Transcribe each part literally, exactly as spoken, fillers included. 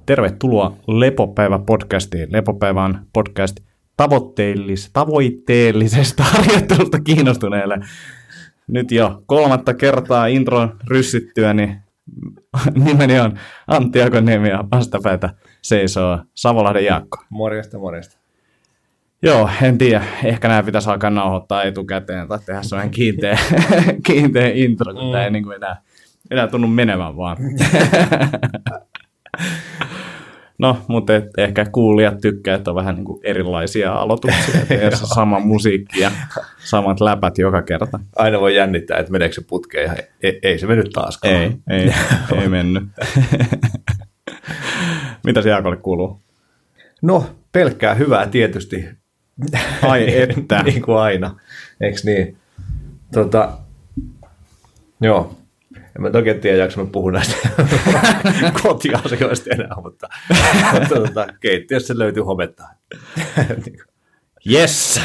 Tervetuloa Lepopäivä-podcastiin. Lepopäivä on podcast tavoitteellis- tavoitteellisesta harjoittelusta kiinnostuneille. Nyt jo kolmatta kertaa intron ryssittyä, niin nimeni on Antti Akoniemi ja vastapäätä seisoo Savolahden Jaakko. Morjesta, morjesta. Joo, en tiedä. Ehkä nämä pitäisi alkaa nauhoittaa etukäteen tai tehdä sellainen kiinteä, kiinteä intro, kun mm. tämä ei niin kuin enää, enää tunnu menevän vaan. No, mutta et, ehkä kuulijat tykkää, että on vähän niin kuin erilaisia aloituksia, että sama musiikki ja samat läpät joka kerta. Aina voi jännittää, että meneekö se putkeen, ja ei, ei se mennyt taaskaan. Ei, ei, ei mennyt. Mitä se Jaakolle kuuluu? No, pelkkää hyvää tietysti. Ai että. Niin kuin aina, eikö niin? Tota, joo. En mä toki tiedä, jaksa mä puhun näistä kotiasioista enää, mutta, mutta tota, keittiössä löytyy hometta. Yes!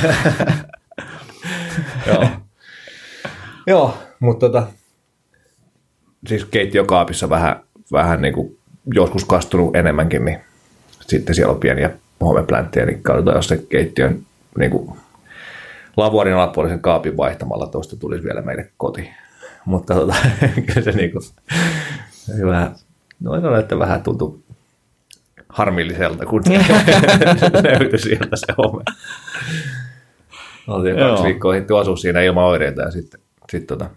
Joo, Joo mutta tota, siis keittiökaapissa vähän, vähän niin kuin joskus kastunut enemmänkin, niin sitten siellä on pieniä homeplänttejä, niin katsotaan, jos se keittiön niin kuin lavuarin alapuolisen kaapin vaihtamalla tuosta tulisi vielä meille koti. Mutta tota, kyllä se niinku, vähän, no että vähän tuntui harmilliselta, kun löytyi sieltä se home. Oltiin kaksi viikkoa hittu asua siinä ilman oireita ja sitten sit tota,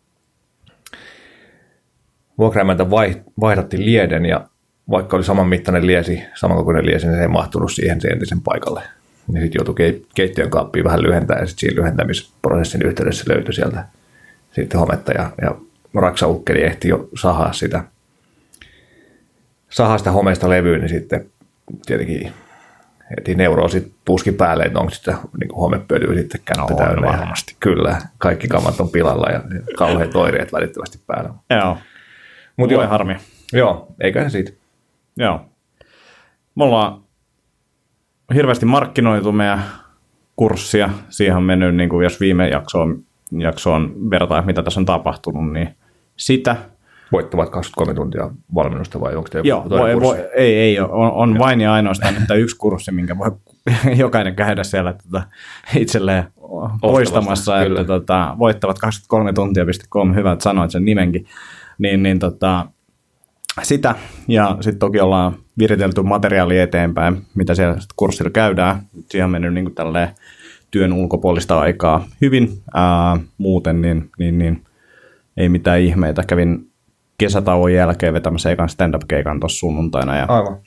vuokraimäntä vaihdatti lieden ja vaikka oli saman mittainen liesi, samankokoinen liesi, niin se ei mahtunut siihen sen entisen paikalle. Ja sitten joutui keittiön kaappiin vähän lyhentää ja sitten siinä lyhentämisprosessin yhteydessä löytyi sieltä sitten hometta ja, ja raksaukkeli ehti jo sahaa sitä, sahaa sitä homeesta levyyn, niin sitten tietenkin heti neuroosit puski päälle, että onko sitä niin homepölyä sitten kättä no, täynnä. Varmasti. Kyllä, kaikki kamat on pilalla ja kauheat oireet välittömästi päällä. Joo, Mut voi jo, harmi. Joo, eikä se siitä. Joo. Me ollaan hirveästi markkinoitu meidän kurssia. Siihen on mennyt, niin kuin jos viime jaksoon jaksoon vertaa, mitä tässä on tapahtunut, niin sitä. Voittavat kaksikymmentäkolme tuntia valmennusta vai onko teillä Joo, voi, voi, ei, ei on, on vain ja ainoastaan että yksi kurssi, minkä voi jokainen käydä siellä tota, itselleen poistamassa, että tota, voittavat kaksikymmentäkolme tuntia piste com, hyvä, että sanoit sen nimenkin, niin, niin tota, sitä, ja sitten toki ollaan viritelty materiaalia eteenpäin, mitä siellä kurssilla käydään, siihen on mennyt niin kuin tälleen työn ulkopuolista aikaa hyvin, ää, muuten niin, niin, niin ei mitään ihmeitä. Kävin kesätauon jälkeen vetämässä ekan stand-up-keikan tuossa sunnuntaina. Ja aivan.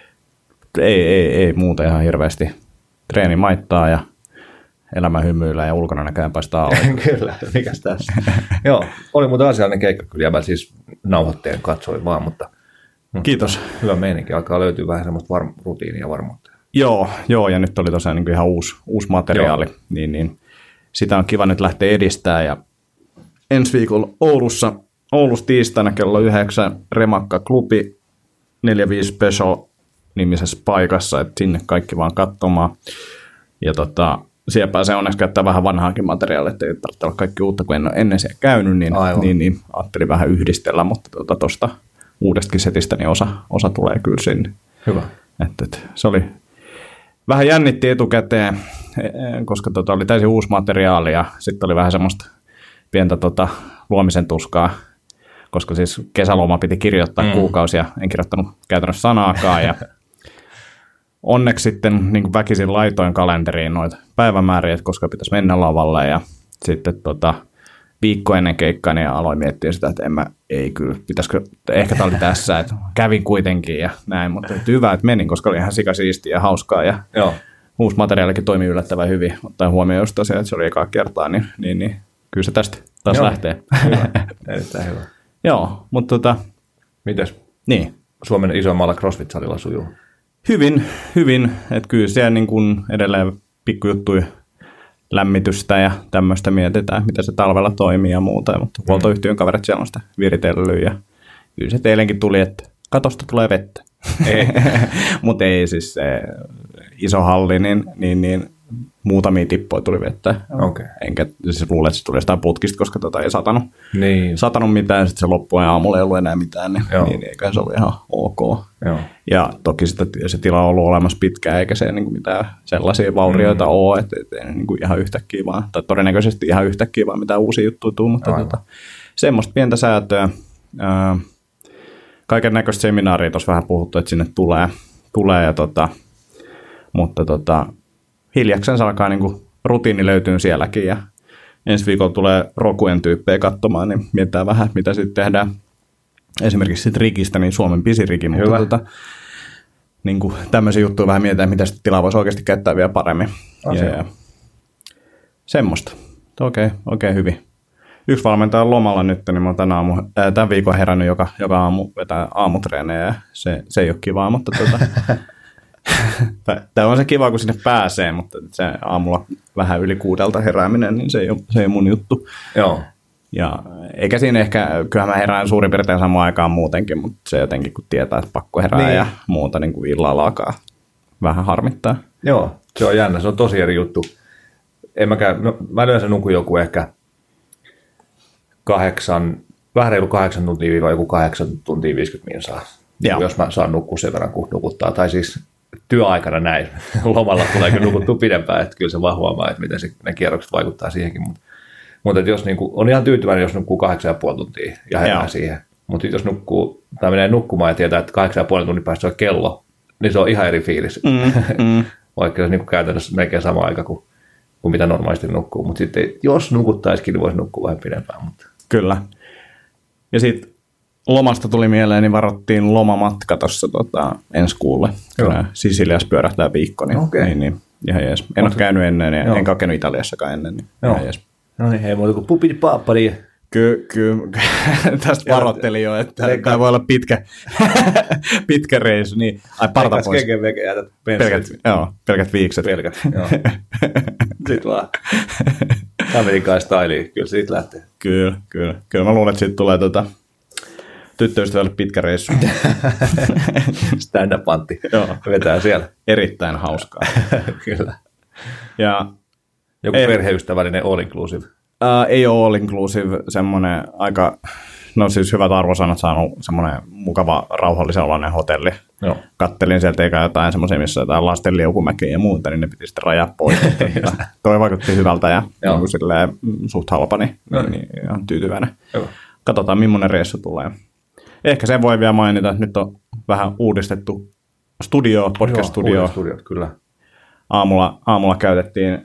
Ei, ei, ei muuta ihan hirveästi. Treeni maittaa ja elämä hymyillä ja ulkona näköjään paistaa aurinko. Kyllä, mikäs tässä. Joo, oli muuten asiallinen keikka kyllä, ja mä siis nauhoitteen katsoin vaan, mutta kiitos. Hyvä meininki, alkaa löytyä vähän semmoista var- rutiinia ja varmuutta. Joo, joo, ja nyt oli tosiaan niin ihan uusi, uusi materiaali, niin, niin sitä on kiva nyt lähteä edistämään, ja ensi viikolla Oulussa, Oulussa tiistaina kello yhdeksän Remakka klubi neljä viisi Special nimisessä paikassa, että sinne kaikki vaan katsomaan, ja tota, siellä pääsee onneksi käyttää vähän vanhaakin materiaalia, että ei tarvitse olla kaikki uutta, kun en ole ennen siellä käynyt, niin, niin, niin ajattelin vähän yhdistellä, mutta tuosta tota, uudestakin setistä niin osa, osa tulee kyllä sinne. Hyvä. Että, että se oli vähän jännitti etukäteen, koska tota oli täysin uusi materiaali ja sitten oli vähän semmoista pientä tota luomisen tuskaa, koska siis kesäloma piti kirjoittaa mm. kuukausia, en kirjoittanut käytännössä sanaakaan ja onneksi sitten niin kuin väkisin laitoin kalenteriin noita päivämääriä, että koska pitäisi mennä lavalle ja sitten tota, viikko ennen keikkaa niin aloin miettiä sitä, että en mä, ei kyllä, pitäisikö, ehkä tämä oli tässä, että kävin kuitenkin ja näin, mutta hyvä, että menin, koska oli ihan sikasiistiä ja hauskaa ja Joo. uusi materiaalikin toimii yllättävän hyvin, ottaen huomioon just tosiaan, että se oli ekaa kertaa, niin, niin, niin kyllä se tästä taas Joo. lähtee. Hyvä, erittäin hyvä. Joo, mutta tota... Mites niin. Suomen isoimmalla CrossFit-salilla sujuu? Hyvin, hyvin, että kyllä siellä niin kuin edelleen pikkujuttuja lämmitystä ja tämmöistä mietitään, miten se talvella toimii ja muuta, mutta huoltoyhtiön kaverit siellä on sitä viritellyt ja kyllä se teillekin tuli, että katosta tulee vettä. Mutta ei siis se iso halli, niin, niin, niin muutamia tippoja tuli vettä. Okay. Enkä siis luule, että se tuli jostain putkista, koska tota ei satanut, niin. satanut mitään, sitten se loppui ja aamulla ei ollut enää mitään, niin, niin eikä se ollut ihan ok. Joo. Ja toki sitä, se tila on ollut olemassa pitkään, eikä se niin kuin mitään sellaisia vaurioita mm. ole, että et, et, niin kuin ihan yhtäkkiä vaan, tai todennäköisesti ihan yhtäkkiä vaan mitään uusia juttuja tuu, mutta tota, semmoista pientä säätöä. Ää, kaiken näköistä seminaaria tuossa vähän puhuttu, että sinne tulee, tulee ja tota, mutta tota, hiljaksen alkaa niin kuin rutiini löytyy sielläkin ja ensi viikolla tulee Rokuen tyyppejä katsomaan, niin mietitään vähän, mitä sitten tehdään. Esimerkiksi sit rigistä, niin Suomen pisin rigi, mutta tota, niin kuin tämmöisiä juttuja vähän mietitään, mitä sitä tilaa voisi oikeasti käyttää vielä paremmin. Ja, ja, semmoista. Okei, okay, oikein hyvin. Yksi valmentaja on lomalla nyt, niin mä oon tämän, aamu, äh, tämän viikon herännyt joka, joka aamu vetää aamutreenejä ja se, se ei ole kivaa, mutta tota, tämä on se kiva, kun sinne pääsee, mutta se aamulla vähän yli kuudelta herääminen, niin se ei ole, se ei ole mun juttu. Joo. Ja eikä siinä ehkä, kyllähän mä herään suurin piirtein samaan aikaan muutenkin, mutta se jotenkin kun tietää, että pakko herää niin. Ja muuta niin kuin illalla alkaa vähän harmittaa. Joo, se on jännä, se on tosi eri juttu. En mäkään, no, mä yleensä nukun joku ehkä kahdeksan, vähän reilu kahdeksan tuntia viiva joku kahdeksan tuntia viisikymmentä minsaa. Joo. Jos mä saan nukkua sen verran, kun nukuttaa. Tai siis työaikana näin. Lomalla tulee kyllä nukuttua pidempään, että kyllä se vaan huomaa, että miten se, ne kierrokset vaikuttaa siihenkin. Mutta Mutta jos niinku, on ihan tyytyväinen, jos nukkuu kahdeksan ja puoli tuntia ja herää siihen. Mutta jos nukkuu, tai menee nukkumaan ja tietää, että kahdeksan ja puoli tunnin päästä on kello, niin se on ihan eri fiilis. Mm, mm. Vaikka se niinku käytännössä melkein sama aika kuin, kuin mitä normaalisti nukkuu. Mutta sitten jos nukuttaisikin, niin voisi nukkua vähän pidempään. Mutta. Kyllä. Ja sitten lomasta tuli mieleen, niin varattiin lomamatka tuossa tota, ensi kuulle. Sisilias pyörähtää viikko, niin, okay. niin, niin ihan jees. En ole käynyt ennen, ja enkä ole käynyt Italiassakaan ennen, niin ihan jees. No niin, hei muuta kuin pupidi paapadi. Kyllä, ky, tästä varoittelin jo, että tämä voi olla pitkä, pitkä reissu. Niin. Ai parta pois. Keken veke jätät pelkät, joo, pelkät viikset. Pelkät, joo. Sitten vaan American styliin, kyllä siitä lähtee. Kyllä, kyllä. Kyllä mä luulen, että siitä tulee tuota, tyttöystävälle pitkä reissu. Stand-up-antti vetää siellä. Erittäin hauskaa. Kyllä. Ja joku ei, perheystävällinen all-inclusive? Uh, ei ole all-inclusive, semmoinen aika, no siis hyvät arvosanat, saanut semmoinen mukava, rauhallisen oloinen hotelli. Joo. Kattelin sieltä eikä jotain semmoisia, missä jotain lasten liukumäkiä ja muuta, niin ne piti sitten rajaa pois. Toi vaikutti hyvältä ja niin kuin silleen, suht halpa, niin, no niin. niin ihan tyytyväinen. Joo. Katsotaan, millainen reissu tulee. Ehkä sen voi vielä mainita, että nyt on vähän uudistettu studio, podcast-studio. Studiot, kyllä. Aamulla, aamulla käytettiin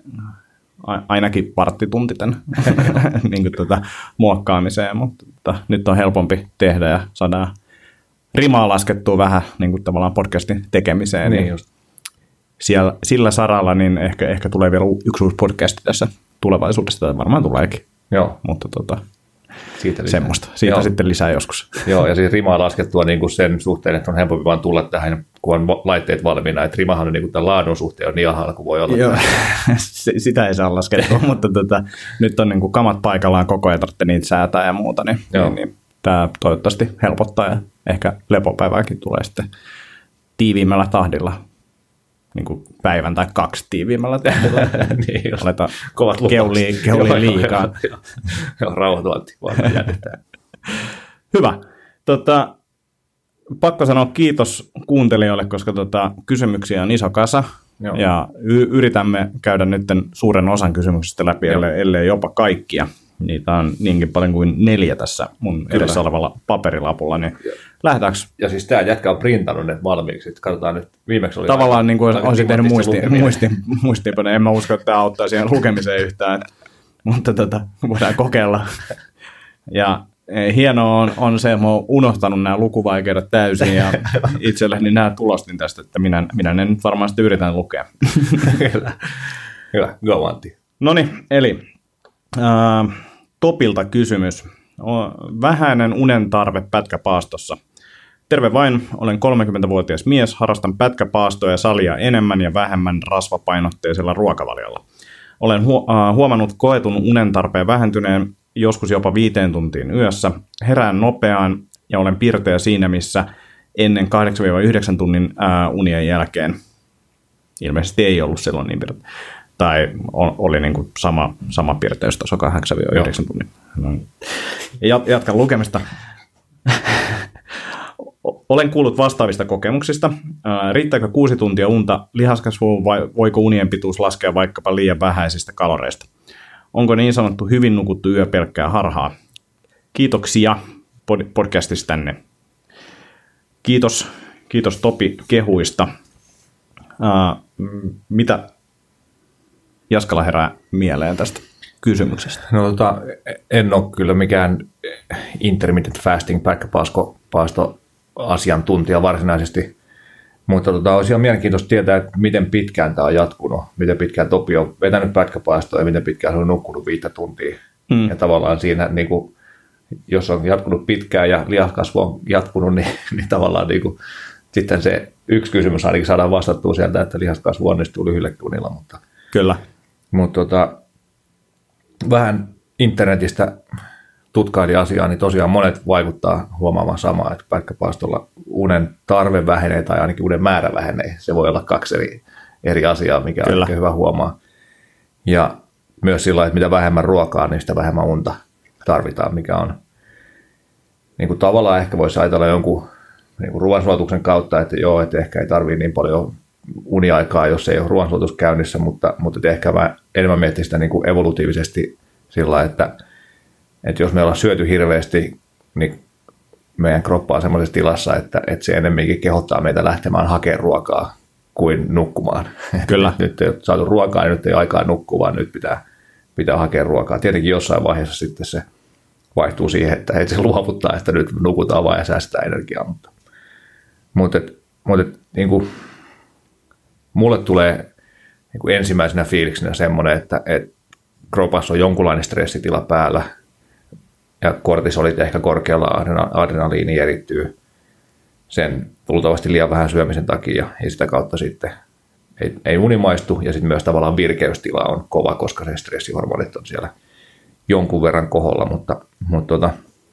ainakin varttitunti tämän niin kuin tuota, muokkaamiseen, mutta tuota, nyt on helpompi tehdä ja saadaan rimaa laskettua vähän niin kuin tavallaan podcastin tekemiseen. Niin, niin siellä, sillä saralla niin ehkä, ehkä tulee vielä yksi uusi podcasti tässä tulevaisuudessa, tai varmaan tuleekin. Joo. Mutta tota, siitä semmoista. Siitä Joo. sitten lisää joskus. Joo, ja siis rimaa laskettua niin kuin sen suhteen, että on helpompi vaan tulla tähän, kun on laitteet valmiina. Että rimahan on niin kuin tämän laadun suhteen on niin alhaalla kuin voi olla. Joo, sitä ei saa laskettua, mutta tota, nyt on niin kuin kamat paikallaan koko ajan, tarvitse niitä säätää ja muuta, niin, niin, niin tämä toivottavasti helpottaa ja ehkä lepopäivääkin tulee sitten tiiviimmällä tahdilla. Niin kuin päivän tai kaksi tiiviimmällä tahdilla. Niin, aletaan keulii, keulii liikaa. Joo, rauhoituanti, vaan jätetään. Hyvä. Tota, pakko sanoa kiitos kuuntelijoille, koska tota, kysymyksiä on iso kasa. Joo. Ja y- yritämme käydä nyt suuren osan kysymyksistä läpi, ellei, ellei jopa kaikkia. Niitä on niinkin paljon kuin neljä tässä mun Kyllä. edessä olevalla paperilapulla. Niin lähdetäänkö? Ja siis tämä jätkä on printannut ne valmiiksi. Katsotaan nyt, viimeksi oli... Tavallaan aika, niin kuin olisin tehnyt muistiin, muistiin, muistiinpanoja. En mä usko, että tämä auttaa siihen lukemiseen yhtään. Mutta tota, voidaan kokeilla. Ja hienoa on, on se, että mä oon unohtanut nämä lukuvaikeudet täysin. Ja itselleni nämä tulostin tästä, että minä, minä ne nyt varmaan sitten yritän lukea. Hyvä, Hyvä. Go Antti. Noniin, eli... Uh, Topilta kysymys. Vähäinen unen tarve pätkäpaastossa. Terve vain, olen kolmekymmentävuotias mies, harrastan pätkäpaastoa ja salia enemmän ja vähemmän rasvapainotteisella ruokavaliolla. Olen hu- huomannut koetun unen tarpeen vähentyneen joskus jopa viiteen tuntiin yössä. Herään nopeaan ja olen pirteä siinä, missä ennen kahdeksasta yhdeksään tunnin uh, unien jälkeen. Ilmeisesti ei ollut silloin niin pirteä. Tai oli niin kuin sama, sama piirteystaso kahdeksasta yhdeksään tunnin. No. Jatkan lukemista. Olen kuullut vastaavista kokemuksista. Riittääkö kuusi tuntia unta lihaskasvuun vai voiko unien pituus laskea vaikkapa liian vähäisistä kaloreista? Onko niin sanottu hyvin nukuttu yö pelkkää harhaa? Kiitoksia podcastista tänne. Kiitos, kiitos Topi kehuista. Uh, mitä Jaskalla herää mieleen tästä kysymyksestä? No tota, en ole kyllä mikään intermittent fasting pätkäpaasto asiantuntija varsinaisesti, mutta tota, olisi ihan mielenkiintoista tietää, että miten pitkään tämä on jatkunut, miten pitkään Topi on vetänyt pätkäpaastoa ja miten pitkään se on nukkunut viittä tuntia. Mm. Ja tavallaan siinä, niin kuin, jos on jatkunut pitkään ja lihaskasvu on jatkunut, niin, niin tavallaan niin kuin, sitten se yksi kysymys ainakin saadaan vastattua sieltä, että lihaskasvu onnistuu lyhyillä tunnilla. Mutta, Kyllä. Mutta tota, vähän internetistä tutkaili asiaa, niin tosiaan monet vaikuttaa huomaamaan samaa, että pätkäpaastolla unen tarve vähenee tai ainakin unen määrä vähenee. Se voi olla kaksi eri, eri asiaa, mikä Kyllä. on ehkä hyvä huomaa. Ja myös sillä, että mitä vähemmän ruokaa, niin sitä vähemmän unta tarvitaan, mikä on niin kuin tavallaan ehkä voisi ajatella jonkun niin kuin ruoansuotuksen kautta, että joo, että ehkä ei tarvitse niin paljon uniaikaa, jos ei ole ruoansuotus käynnissä, mutta, mutta ehkä mä enemmän miettisin sitä niin kuin evolutiivisesti sillä, että, että jos me ollaan syöty hirveästi, niin meidän kroppa on semmoisessa tilassa, että, että se enemmänkin kehottaa meitä lähtemään hakemaan ruokaa kuin nukkumaan. Kyllä. Nyt ei ole saatu ruokaa, niin nyt ei aikaa nukkua, vaan nyt pitää, pitää hakea ruokaa. Tietenkin jossain vaiheessa sitten se vaihtuu siihen, että heti se luovuttaa, että nyt nukutaan vaan ja säästää energiaa. Mutta, mutta, mutta niin kuin, mulle tulee niin kuin ensimmäisenä fiiliksenä semmoinen, että, että kropassa on jonkunlainen stressitila päällä ja kortisolit ehkä korkealla, adrenaliini erittyy sen luultavasti liian vähän syömisen takia ja sitä kautta sitten ei, ei uni maistu ja sitten myös tavallaan virkeystila on kova, koska se stressihormonit on siellä jonkun verran koholla, mutta, mutta tota,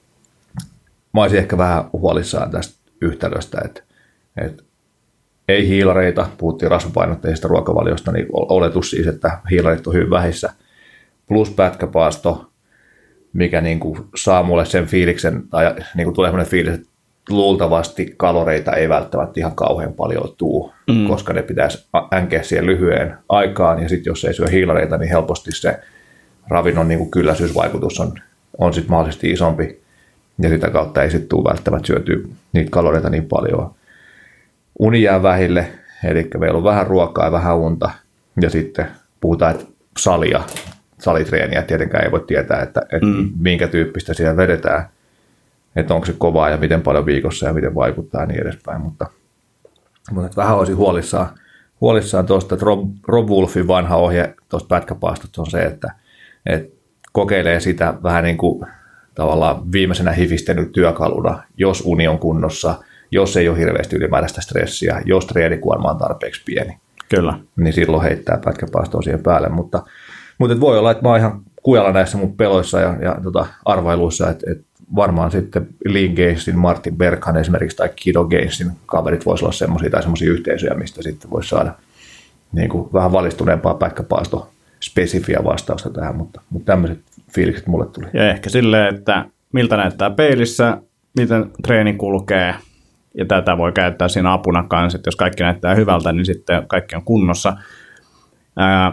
mä olisin ehkä vähän huolissaan tästä yhtälöstä, että, että ei hiilareita, puhuttiin rasvapainotteisesta ruokavaliosta, niin oletus siis, että hiilarit on hyvin vähissä, plus pätkäpaasto, mikä niin kuin saa mulle sen fiiliksen, tai niin kuin tulee sellainen fiilis, että luultavasti kaloreita ei välttämättä ihan kauhean paljon tuu, mm. koska ne pitäisi änkeä siihen lyhyen aikaan, ja sitten jos ei syö hiilareita, niin helposti se ravinnon niin kuin kylläisyysvaikutus on, on sitten mahdollisesti isompi, ja sitä kautta ei sitten tule välttämättä syötyä niitä kaloreita niin paljon. Uni jää vähille, eli meillä on vähän ruokaa ja vähän unta, ja sitten puhutaan, että salia, salitreeniä tietenkään ei voi tietää, että, että mm. minkä tyyppistä siellä vedetään, että onko se kovaa ja miten paljon viikossa ja miten vaikuttaa ja niin edespäin, mutta, mutta vähän olisin huolissaan, huolissaan tuosta, että Rob, Rob Wolfin vanha ohje tuosta pätkäpaastosta on se, että, että kokeilee sitä vähän niin kuin tavallaan viimeisenä hifistenyt työkaluna, jos uni on kunnossa, jos ei ole hirveästi ylimääräistä stressiä, jos treenikuorma on tarpeeksi pieni. Kyllä. Niin silloin heittää pätkäpaastoa siihen päälle, mutta, mutta voi olla, että mä oon ihan kujalla näissä mun peloissa ja, ja tota, arvailuissa, että, että varmaan sitten Lean Gainsin, Martin Berghan esimerkiksi tai Keto Gainsin kaverit voisi olla semmoisia tai semmoisia yhteisöjä, mistä sitten voisi saada niin kuin vähän valistuneempaa pätkäpaasto spesifiä vastausta tähän, mutta, mutta tämmöiset fiilikset mulle tuli. Ja ehkä silleen, että miltä näyttää peilissä, miten treeni kulkee, ja tätä voi käyttää siinä apuna kanssa, että jos kaikki näyttää hyvältä, niin sitten kaikki on kunnossa. Ää,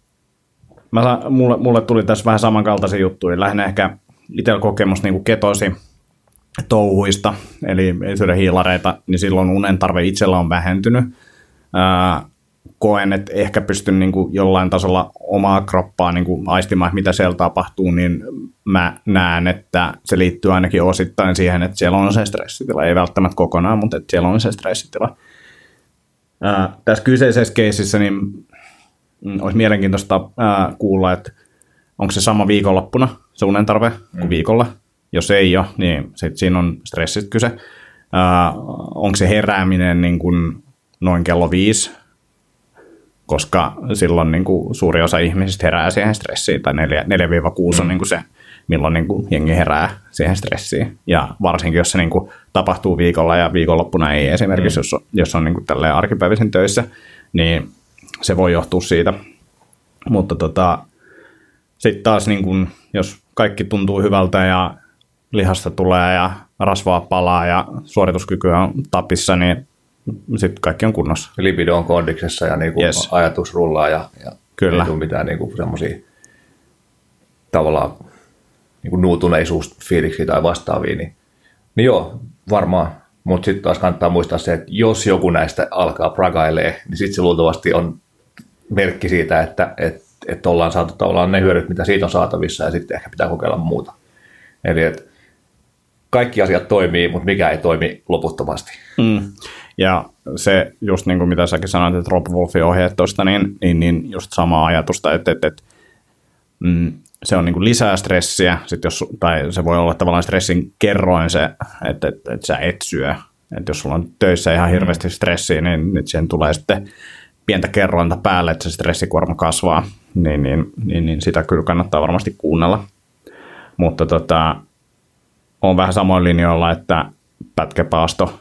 mä, mulle, mulle tuli tässä vähän samankaltaisia juttuja, lähinnä ehkä itsellä kokemus niin kuin ketosi touhuista, eli ei syödä hiilareita, niin silloin unen tarve itsellä on vähentynyt. Ää, koen, että ehkä pystyn niin kuin jollain tasolla omaa kroppaa niin kuin aistimaan, mitä siellä tapahtuu, niin mä näen, että se liittyy ainakin osittain siihen, että siellä on se stressitila. Ei välttämättä kokonaan, mutta että siellä on se stressitila. Ää, tässä kyseisessä keisissä niin olisi mielenkiintoista ää, kuulla, että onko se sama viikonloppuna se unen tarve kuin mm. viikolla. Jos ei ole, niin sit siinä on stressistä kyse. Ää, onko se herääminen niin kuin noin kello viisi, koska silloin niin kuin suuri osa ihmisistä herää siihen stressiin, tai neljä kuusi mm. on niin kuin se, milloin niin kuin jengi herää siihen stressiin. Ja varsinkin, jos se niin kuin tapahtuu viikolla ja viikonloppuna ei esimerkiksi, mm. jos on, jos on niin kuin tälleen arkipäiväisen töissä, niin se voi johtua siitä. Mutta tota, sitten taas, niin kuin, jos kaikki tuntuu hyvältä ja lihasta tulee ja rasvaa palaa ja suorituskyky on tapissa, niin sitten kaikki on kunnossa. Libido on kondiksessa ja niinku yes. ajatus rullaa ja, ja Kyllä. ei tule mitään niinku semmoisia tavallaan niinku nuutuneisuusfiiliksiä tai vastaavia. Niin, niin joo, varmaan. Mutta sitten taas kannattaa muistaa se, että jos joku näistä alkaa pragailee, niin sitten se luultavasti on merkki siitä, että et, et ollaan saatu tavallaan ne hyödyt, mitä siitä on saatavissa, ja sitten ehkä pitää kokeilla muuta. Eli että kaikki asiat toimii, mutta mikä ei toimi loputtomasti. Mm. Ja se just niin kuin mitä säkin sanoit, että Rob Wolfin ohjeet tuosta, niin, niin, niin just samaa ajatusta, että, että, että mm, se on niin kuin lisää stressiä, sit jos, tai se voi olla tavallaan stressin kerroin se, että, että, että sä et syö. Että jos sulla on töissä ihan hirveästi stressiä, niin nyt siihen tulee sitten pientä kerrointa päälle, että se stressikuorma kasvaa, niin, niin, niin, niin sitä kyllä kannattaa varmasti kuunnella. Mutta tota, on vähän samoin linjoilla, että pätkäpaasto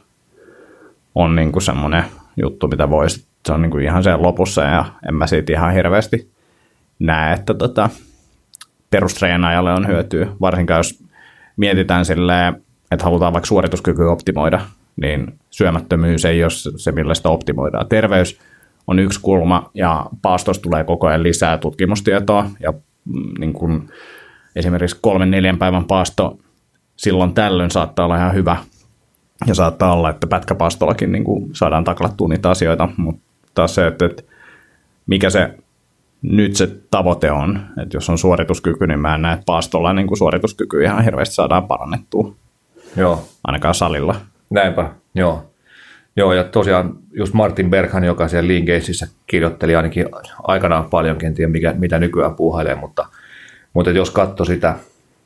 on niinku semmoinen juttu, mitä voisi, se on niinku ihan sen lopussa, ja en mä siitä ihan hirveästi näe, että tota, perustreenaajalle on hyötyä, varsinkaan jos mietitään silleen, että halutaan vaikka suorituskykyä optimoida, niin syömättömyys ei ole se, millä sitä optimoidaan. Terveys on yksi kulma, ja paastosta tulee koko ajan lisää tutkimustietoa, ja niin kuin esimerkiksi kolmen neljän päivän paasto silloin tällöin saattaa olla ihan hyvä, ja saattaa olla, että pätkäpaastollakin niin kuin saadaan taklattua niitä asioita, mutta taas se, että, että mikä se nyt se tavoite on, että jos on suorituskyky, niin mä en näe, että paastolla niin kuin suorituskyky ihan hirveästi saadaan parannettua. Joo. Ainakaan salilla. Näinpä, joo. Joo, ja tosiaan just Martin Berghan, joka siellä Lean Gamesissa kirjoitteli ainakin aikanaan paljonkin, en tiedä mikä, mitä nykyään puuhailee, mutta, mutta jos katsoi sitä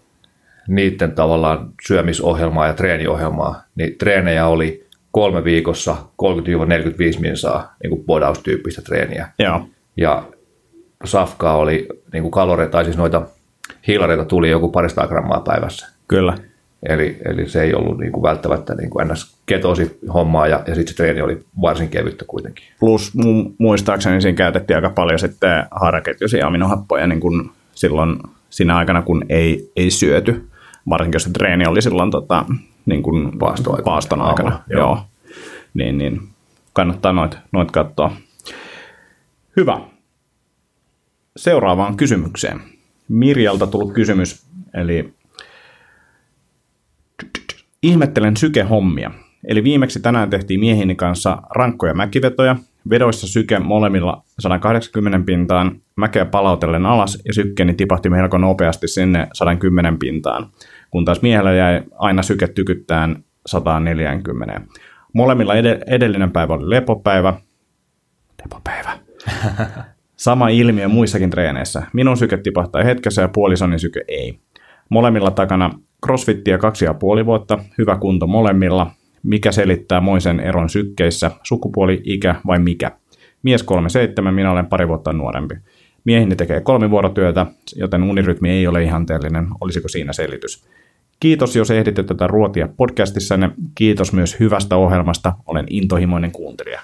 niiden tavallaan syömisohjelmaa ja treeniohjelmaa, niin treenejä oli kolme viikossa kolmekymmentä neljäkymmentäviisi minsaa niin kuin bodaustyyppistä treeniä. Joo. Ja safkaa oli niin kuin kaloreita, tai siis noita hiilareita tuli joku parista grammaa päivässä. Kyllä. Eli, eli se ei ollut niin kuin välttämättä niin kuin ns. Ketosi hommaa, ja, ja sitten se treeni oli varsin kevyttä kuitenkin. Plus mu- muistaakseni siinä käytettiin aika paljon sitten haaraketjuisia aminohappoja niin kuin silloin siinä aikana, kun ei, ei syöty. Varsinkin jos se treeni oli silloin tota, niin kuin Paasto paaston aikana. Aamulla, joo. Joo. Niin, niin kannattaa noita noit katsoa. Hyvä. Seuraavaan kysymykseen. Mirjalta tullut kysymys, eli ihmettelen sykehommia. Eli viimeksi tänään tehtiin miehini kanssa rankkoja mäkivetoja, vedoissa syke molemmilla sata kahdeksankymmentä pintaan, mäkeä palautellen alas ja sykkeeni tipahti melko nopeasti sinne sata kymmenen pintaan, kun taas miehellä jäi aina syke tykyttään sata neljäkymmentä. Molemmilla ed- edellinen päivä oli lepopäivä. Lepopäivä. Sama ilmiö muissakin treeneissä. Minun syke tipahtaa hetkessä ja puolisoni syke ei. Molemmilla takana crossfittiä kaksi ja puoli vuotta, hyvä kunto molemmilla. Mikä selittää moisen eron sykkeissä, sukupuoli, ikä vai mikä? Mies kolme seitsemän, minä olen pari vuotta nuorempi. Miehini tekee kolmivuorotyötä, joten unirytmi ei ole ihanteellinen. Olisiko siinä selitys? Kiitos, jos ehditte tätä ruotia podcastissanne. Kiitos myös hyvästä ohjelmasta. Olen intohimoinen kuuntelija.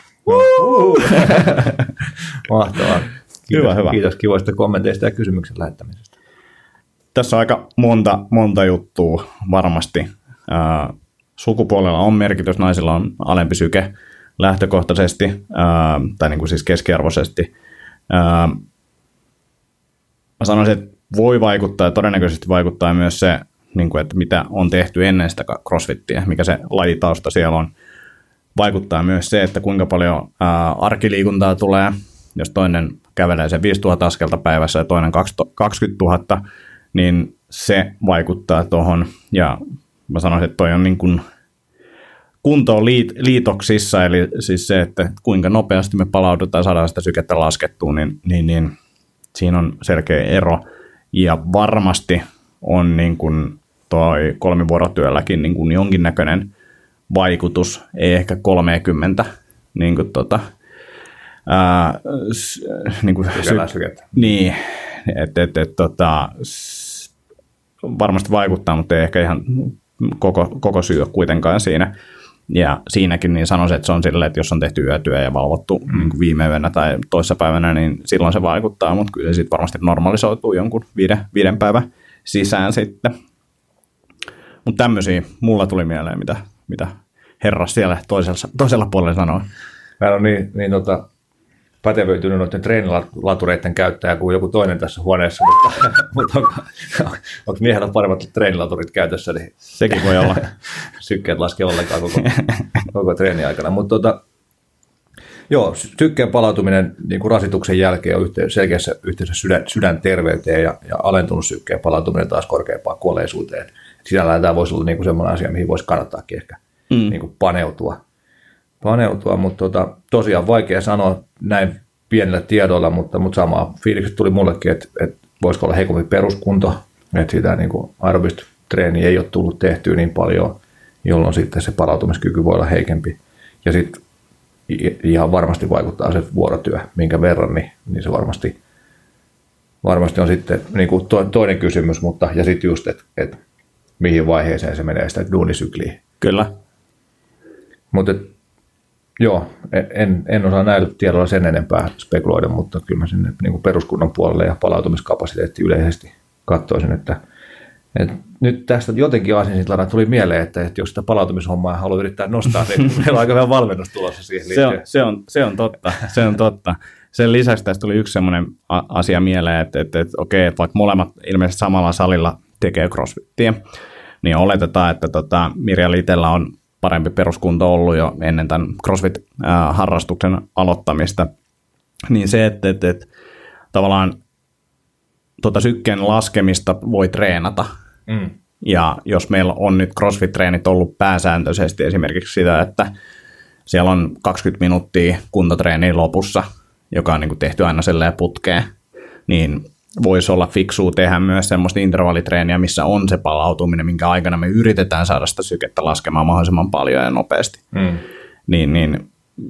Mahtavaa. Kiitos, hyvä, hyvä. Kiitos kivoista kommenteista ja kysymyksen lähettämisestä. Tässä on aika monta, monta juttua varmasti. Sukupuolella on merkitys, naisilla on alempi syke lähtökohtaisesti, ää, tai niin kuin siis keskiarvoisesti. Ää, mä sanoisin, että voi vaikuttaa ja todennäköisesti vaikuttaa myös se, niin kuin, että mitä on tehty ennen sitä crossfittiä, mikä se lajitausta siellä on. Vaikuttaa myös se, että kuinka paljon ää, arkiliikuntaa tulee, jos toinen kävelee sen viisituhatta askelta päivässä ja toinen kaksikymmentätuhatta, niin se vaikuttaa tuohon. Ja mä sanoisin, että toi on niin kuin kunto on liit, liitoksissa, eli siis se, että kuinka nopeasti me palaudutaan ja saadaan sitä sykettä laskettua, niin, niin, niin siinä on selkeä ero. Ja varmasti on niin kuin toi kolmivuorotyölläkin niin kuin jonkinnäköinen vaikutus, ei ehkä kolmekymmentä, niin kuin tota, ää, s, niin kuin sy- niin, että et, et, tota, s, varmasti vaikuttaa, mutta ei ehkä ihan koko, koko syy ole kuitenkaan siinä. Ja siinäkin niin sanoisin, että se on silleen, että jos on tehty yötyö ja valvottu mm. niin kuin viime yönä tai toissapäivänä, niin silloin se vaikuttaa, mutta kyllä se sitten varmasti normalisoituu jonkun viiden, viiden päivän sisään sitten. Mutta tämmöisiä mulla tuli mieleen, mitä, mitä herras siellä toisella, toisella puolella sanoo. Mä on niin, niin tota, pätevöitynyt noiden treenilatureiden käyttäjä kuin joku toinen tässä huoneessa, mutta, mutta onko, onko miehellä paremmat treenilaturit käytössä, niin sekin voi olla. Sykkeet laskee ollenkaan koko, koko treeni aikana. Mutta tota, joo, sykkeen palautuminen niin kuin rasituksen jälkeen on yhteydessä, selkeässä yhteydessä sydän, sydänterveyteen ja, ja alentunut sykkeen palautuminen taas korkeampaan kuolleisuuteen. Sinällään tämä voisi olla niin kuin sellainen asia, mihin voisi kannattaakin ehkä mm. niin kuin paneutua. paneutua, mutta tota, tosiaan vaikea sanoa näin pienillä tiedoilla, mutta, mutta sama fiilikset tuli mullekin, että, että voisiko olla heikompi peruskunto, että sitä niin kuin aerobista treeniä ei ole tullut tehtyä niin paljon, jolloin sitten se palautumiskyky voi olla heikempi. Ja sitten ihan varmasti vaikuttaa se vuorotyö, minkä verran, niin, niin se varmasti, varmasti on sitten niin kuin to, toinen kysymys, mutta ja sitten just, että, että mihin vaiheeseen se menee sitä duunisykliä. Kyllä. Mutta joo, en, en osaa näillä tiedoilla sen enempää spekuloida, mutta kyllä mä sinne niin kuin peruskunnan puolelle ja palautumiskapasiteetti yleisesti katsoisin, että, että nyt tästä jotenkin aasinsiltana tuli mieleen, että, että jos sitä palautumishommaa haluaa yrittää nostaa, niin meillä on aika vähän valmennus tulossa siihen liittyen. Se on, se on, se on totta, se on totta. Sen lisäksi tästä tuli yksi sellainen asia mieleen, että, että, että okei, että vaikka molemmat ilmeisesti samalla salilla tekee crossfittiä, niin oletetaan, että tota, Mirjalla itsellä on parempi peruskunto ollut jo ennen tämän CrossFit-harrastuksen aloittamista, niin se, että, että, että tavallaan tuota sykkeen laskemista voi treenata. Mm. Ja jos meillä on nyt CrossFit-treenit ollut pääsääntöisesti esimerkiksi sitä, että siellä on kaksikymmentä minuuttia kuntotreeniä lopussa, joka on niin kuin tehty aina selleen putkeen, niin voisi olla fiksua tehdä myös semmoista intervallitreeniä, missä on se palautuminen, minkä aikana me yritetään saada sitä sykettä laskemaan mahdollisimman paljon ja nopeasti. Mm. Niin, niin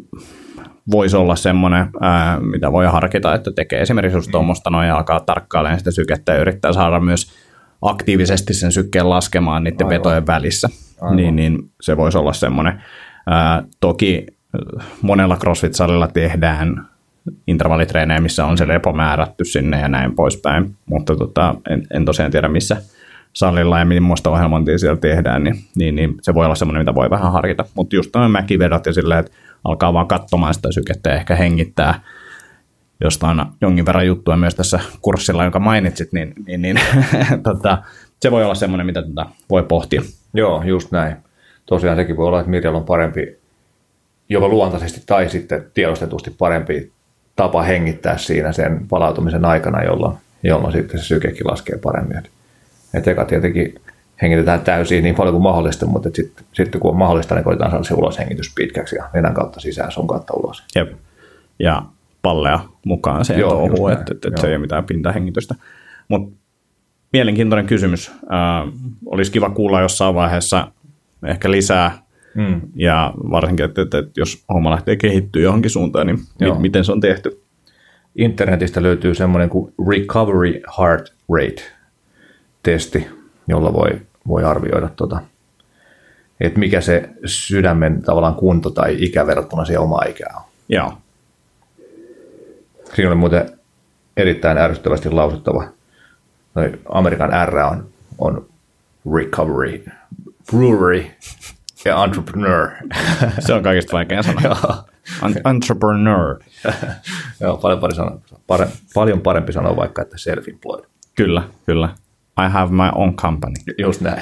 voisi olla semmoinen, ää, mitä voi harkita, että tekee esimerkiksi just tuommoista noin ja alkaa tarkkailemaan sitä sykettä ja yrittää saada myös aktiivisesti sen sykkeen laskemaan niiden Aivan. vetojen välissä. Niin, niin se voisi olla semmoinen. Ää, toki monella CrossFit-salilla tehdään intervallitreenejä, missä on se lepo määrätty sinne ja näin poispäin, mutta tota, en, en tosiaan tiedä missä salilla ja millaista ohjelmointia siellä tehdään, niin, niin, niin se voi olla semmoinen, mitä voi vähän harkita, mutta just tämän mäkivedot ja silleen, että alkaa vaan katsomaan sitä sykettä ja ehkä hengittää, josta on jonkin verran juttua myös tässä kurssilla, jonka mainitsit, niin, niin, niin tota, se voi olla semmoinen, mitä tota voi pohtia. Joo, just näin. Tosiaan sekin voi olla, että Mirjalla on parempi, joko luontaisesti tai sitten tiedostetusti parempi tapa hengittää siinä sen palautumisen aikana, jolloin, jolloin sitten se sykekin laskee paremmin. Et eka tietenkin hengitetään täysin niin paljon kuin mahdollista, mutta sitten sit kun on mahdollista, niin koitetaan saada se uloshengitys pitkäksi ja nenän kautta sisään, sun kautta ulos. Jep. Ja palleja mukaan se touhuu, että et, et se ei ole mitään pintahengitystä. Mutta mielenkiintoinen kysymys. Äh, olisi kiva kuulla jossain vaiheessa ehkä lisää, mm. ja varsinkin, että, että, että jos homma lähtee kehittyä johonkin suuntaan, niin Joo. miten se on tehty? Internetistä löytyy semmoinen kuin Recovery Heart Rate-testi, jolla voi, voi arvioida, tota, että mikä se sydämen tavallaan kunto tai ikä verrattuna siihen omaan ikään on. Joo. Siinä oli muuten erittäin ärsyttävästi lausuttava. Noi Amerikan R on, on recovery, brewery ja entrepreneur. Se on kaikista vaikea sana. Entrepreneur. Joo, paljon, paljon, sanoa, pare, paljon parempi sanoa vaikka, että self-employed. Kyllä, kyllä. I have my own company. Just näin.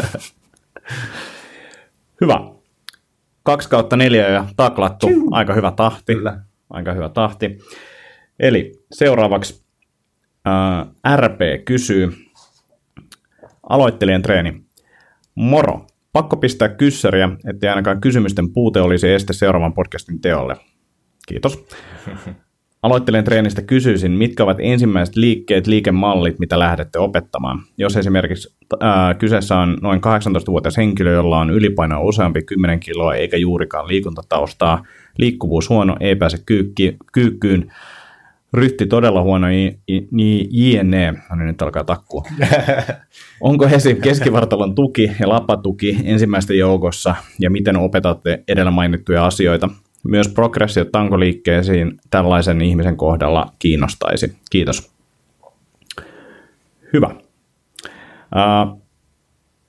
Hyvä. Kaksi kautta neljä ja taklattu. Aika hyvä tahti. Kyllä. Aika hyvä tahti. Eli seuraavaksi ää, R P kysyy. Aloittelijan treeni. Moro. Pakko pistää kyssäriä, ettei ainakaan kysymysten puute olisi este seuraavan podcastin teolle. Kiitos. Aloittelijan treenistä kysyisin, mitkä ovat ensimmäiset liikkeet, liikemallit, mitä lähdette opettamaan. Jos esimerkiksi ää, kyseessä on noin kahdeksantoistavuotias henkilö, jolla on ylipainoa useampi kymmenen kiloa eikä juurikaan liikuntataustaa, liikkuvuus huono, ei pääse kyykki, kyykkyyn, ryhti todella huono, niin jne. No niin, nyt alkaa takkua. Onko esim. Keskivartalon tuki ja lapatuki ensimmäisten joukossa ja miten opetatte edellä mainittuja asioita? Myös progressio tankoliikkeisiin tällaisen ihmisen kohdalla kiinnostaisi. Kiitos. Hyvä. Uh,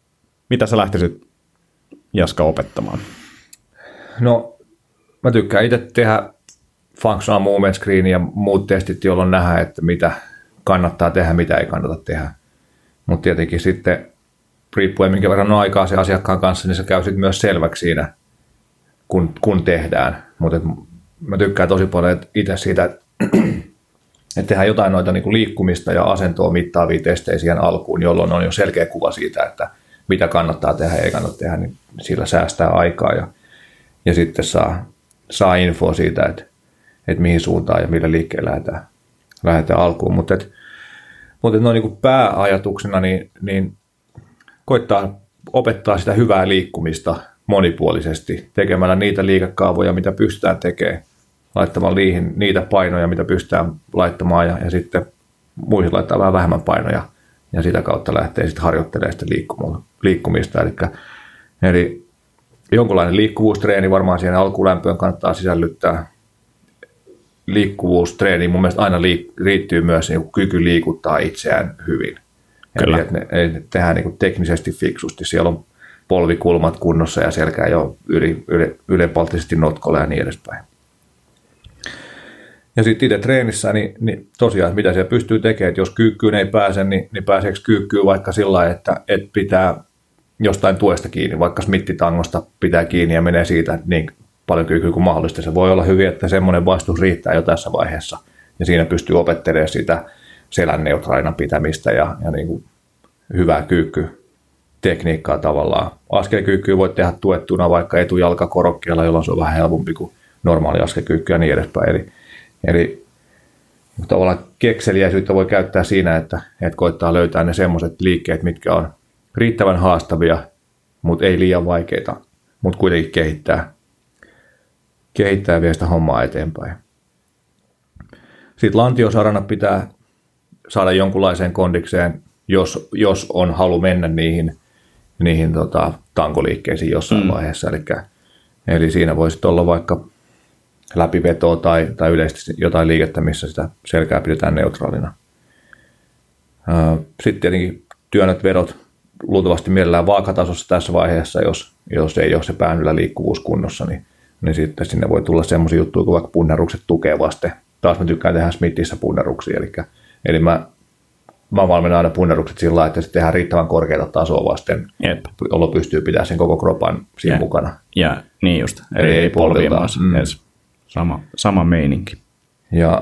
Mitä sä lähtisit, Jaska, opettamaan? No, mä tykkään itse tehdä functional movement screen ja muut testit, jolloin nähdään, että mitä kannattaa tehdä, mitä ei kannata tehdä. Mutta tietenkin sitten, riippuen minkä verran on aikaa se asiakkaan kanssa, niin se käy sitten myös selväksi siinä, kun, kun tehdään. Mutta mä tykkään tosi paljon itse siitä, että et tehdään jotain noita niinku liikkumista ja asentoa mittaavia testejä siihen alkuun, jolloin on jo selkeä kuva siitä, että mitä kannattaa tehdä ja ei kannata tehdä, niin sillä säästää aikaa ja, ja sitten saa, saa infoa siitä, että, että mihin suuntaan ja millä liikkeellä lähdetään, lähdetään alkuun. Mutta Mutta noin niin pääajatuksena niin, niin koittaa opettaa sitä hyvää liikkumista monipuolisesti tekemällä niitä liikekaavoja, mitä pystytään tekemään, laittamaan niihin niitä painoja, mitä pystytään laittamaan ja, ja sitten muihin laittaa vähän vähemmän painoja ja sitä kautta lähtee sitten harjoittelemaan sitä liikkumista. Eli, eli jonkunlainen liikkuvuustreeni varmaan siihen alkulämpöön kannattaa sisällyttää. Liikkuvuustreeni mun mielestä aina liik- liittyy myös niin kuin kyky liikuttaa itseään hyvin. Kyllä. Eli että ne, ne tehdään niin kuin teknisesti fiksusti. Siellä on polvikulmat kunnossa ja selkä ei ole yli, yli, ylenpalttisesti notkolla ja niin edespäin. Ja sitten itse treenissä, niin, niin tosiaan, mitä siellä pystyy tekemään, että jos kyykkyyn ei pääse, niin, niin pääseekö kyykkyyn vaikka sillä lailla, että, että pitää jostain tuesta kiinni, vaikka smittitangosta pitää kiinni ja menee siitä niin paljon kykyä kuin mahdollista. Se voi olla hyvin, että semmoinen vastus riittää jo tässä vaiheessa, ja siinä pystyy opettelemaan sitä selän neutraalina pitämistä ja, ja niin kuin hyvää kyykkytekniikkaa tavallaan. Askelkyykkyä voi tehdä tuettuna vaikka etujalkakorokkeella, jolloin se on vähän helpompi kuin normaali askelkyykky ja niin edespäin. Eli, eli tavallaan kekseliäisyyttä voi käyttää siinä, että, että koittaa löytää ne semmoiset liikkeet, mitkä on riittävän haastavia, mutta ei liian vaikeita, mutta kuitenkin kehittää, kehittää ja vie sitä hommaa eteenpäin. Sitten lantiosarana pitää saada jonkunlaiseen kondikseen, jos, jos on halu mennä niihin, niihin tota, tankoliikkeisiin jossain mm. vaiheessa. Eli, eli siinä voisi olla vaikka läpivetoa tai, tai yleisesti jotain liikettä, missä sitä selkää pidetään neutraalina. Sitten tietenkin työnnöt, vedot, luultavasti mielellään vaakatasossa tässä vaiheessa, jos, jos ei ole se pään yllä liikkuvuus kunnossa, niin, niin sitten sinne voi tulla semmoisia juttuja kuin vaikka punnerrukset tukevasti. Taas mä tykkään tehdä Smithissä punnerruksia, eli, eli mä, mä valmennan aina punnerrukset sillä lailla, että se tehdään riittävän korkeata tasoa vasten, Jep. jolloin pystyy pitämään sen koko kropan siinä ja, mukana. Ja niin just, eli ei polvia maassa. Mm. Sama, sama meininki. Ja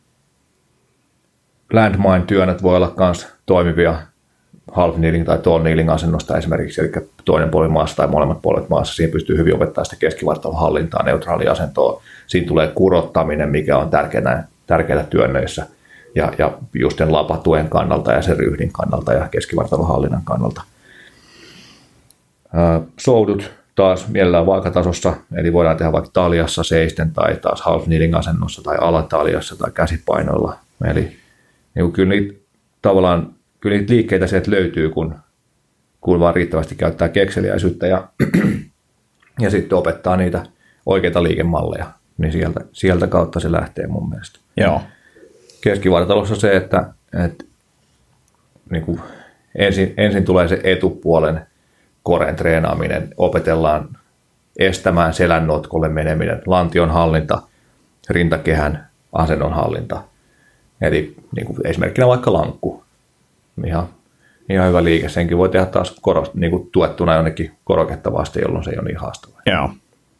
landmine-työnnöt voi olla myös toimivia half kneeling tai tall kneeling asennosta esimerkiksi, eli toinen puoli maassa tai molemmat puolet maassa. Siihen pystyy hyvin opettaa sitä keskivartalon hallintaa, neutraalia asentoa. Siinä tulee kurottaminen, mikä on tärkeää, tärkeää työnnöissä. Ja, ja just sen lapatuen kannalta ja sen ryhdin kannalta ja keskivartalon hallinnan kannalta. Äh, soudut taas mielellään vaakatasossa, eli voidaan tehdä vaikka taljassa seisten tai taas half kneeling asennossa tai alataljassa tai käsipainoilla. Eli niin kyllä niitä tavallaan kyllä niitä liikkeitä sieltä löytyy, kun, kun vaan riittävästi käyttää kekseliäisyyttä ja, ja sitten opettaa niitä oikeita liikemalleja, niin sieltä, sieltä kautta se lähtee mun mielestä. Joo. Keskivartalossa se, että, että niin kuin ensin, ensin tulee se etupuolen koren treenaaminen, opetellaan estämään selän notkolle meneminen, lantion hallinta, rintakehän asennon hallinta. Eli niin kuin esimerkkinä vaikka lankku. Ihan, ihan hyvä liike. Senkin voi tehdä taas korost, niin kuin tuettuna jonnekin koroketta vasten, jolloin se ei ole niin haastavaa. Joo.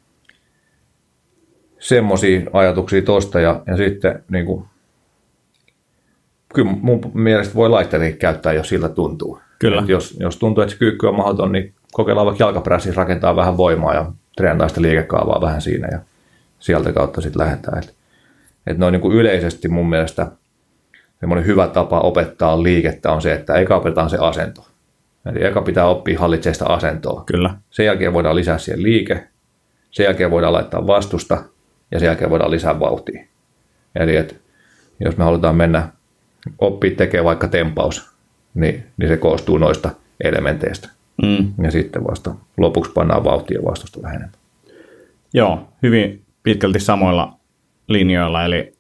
Semmoisia ajatuksia tuosta. Ja, ja sitten niin kuin, kyllä mun mielestä voi laitteita käyttää, jos siltä tuntuu. Kyllä. Jos, jos tuntuu, että se kyykky on mahdoton, niin kokeillaan vaikka jalkaprässissä rakentaa vähän voimaa ja treenataan sitä liikekaavaa vähän siinä ja sieltä kautta sitten lähdetään. Että et noin niin kuin yleisesti mun mielestä semmoinen hyvä tapa opettaa liikettä on se, että eka opetetaan se asento. Eli eka pitää oppia hallitsemaan sitä asentoa. Kyllä. Sen jälkeen voidaan lisää siihen liike, sen jälkeen voidaan laittaa vastusta ja sen jälkeen voidaan lisää vauhtia. Eli että jos me halutaan mennä oppia tekemään vaikka tempaus, niin, niin se koostuu noista elementeistä. Mm. Ja sitten vasta lopuksi pannaan vauhtia ja vastusta vähän enemmän. Joo, hyvin pitkälti samoilla linjoilla, eli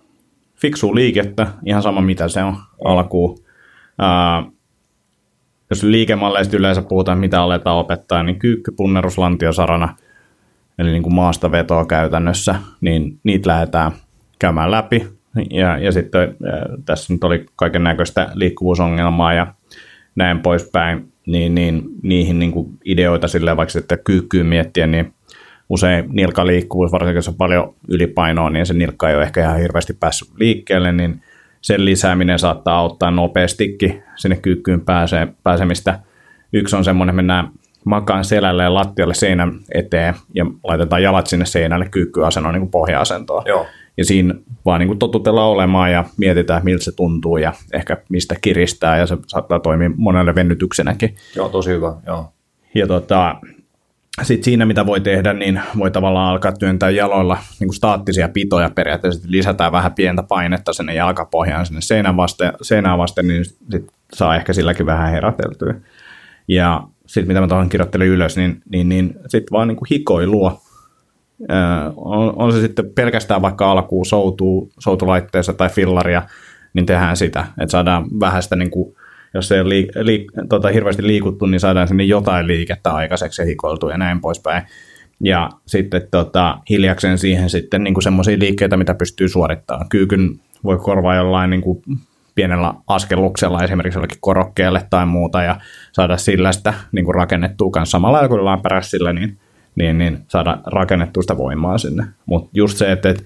fiksua liikettä, ihan sama mitä se on alkuun. Ää, jos liikemalleista yleensä puhutaan, mitä aletaan opettaa, niin kyykky, punnerus, lantio, sarana, eli niin kuin maasta vetoa käytännössä, niin niitä lähdetään käymään läpi. Ja, ja sitten ja tässä nyt oli kaiken näköistä liikkuvuusongelmaa ja näin poispäin, niin, niin niihin niin kuin ideoita silleen, vaikka sitten kyykkyyn miettiä, niin usein nilkaliikkuvuus, varsinkin jos on paljon ylipainoa, niin se nilkka ei ole ehkä ihan hirveästi päässyt liikkeelle, niin sen lisääminen saattaa auttaa nopeastikin sinne kyykkyyn pääse, pääsemistä. Yksi on semmoinen, että mennään makaan selälle ja lattialle seinän eteen ja laitetaan jalat sinne seinälle kyykkyasentoon niin kuin pohja-asentoon. Joo. Ja siinä vaan niin kuin totutellaan olemaan ja mietitään, miltä se tuntuu ja ehkä mistä kiristää ja se saattaa toimia monelle venytyksenäkin. Joo, tosi hyvä. Joo. Ja tota, sitten siinä, mitä voi tehdä, niin voi tavallaan alkaa työntää jaloilla niin kuin staattisia pitoja periaatteessa. Lisätään vähän pientä painetta sinne jalkapohjaan sinne seinään vasten, seinään vasten, niin sit saa ehkä silläkin vähän heräteltyä. Ja sitten mitä mä tuohon kirjoittelin ylös, niin, niin, niin sitten vaan niin kuin hikoilua. Öö, on, on se sitten pelkästään vaikka alkuun soutuu, soutulaitteessa tai fillaria, niin tehdään sitä. Että saadaan vähän sitä, niin kuin, jos ei ole liik, liik, tota, hirveästi liikuttu, niin saadaan sinne jotain liikettä aikaiseksi ja hikoiltua ja näin poispäin. Ja sitten tota, hiljakseen siihen sitten niin semmoisia liikkeitä, mitä pystyy suorittamaan. Kyykyn voi korvaa jollain niin kuin pienellä askelluksella esimerkiksi jollekin korokkeelle tai muuta ja saada sillä sitä niin kuin rakennettua kanssa samalla lailla kuin ollaan perässillä, niin, niin, niin saada rakennettua sitä voimaa sinne. Mutta just se, että, että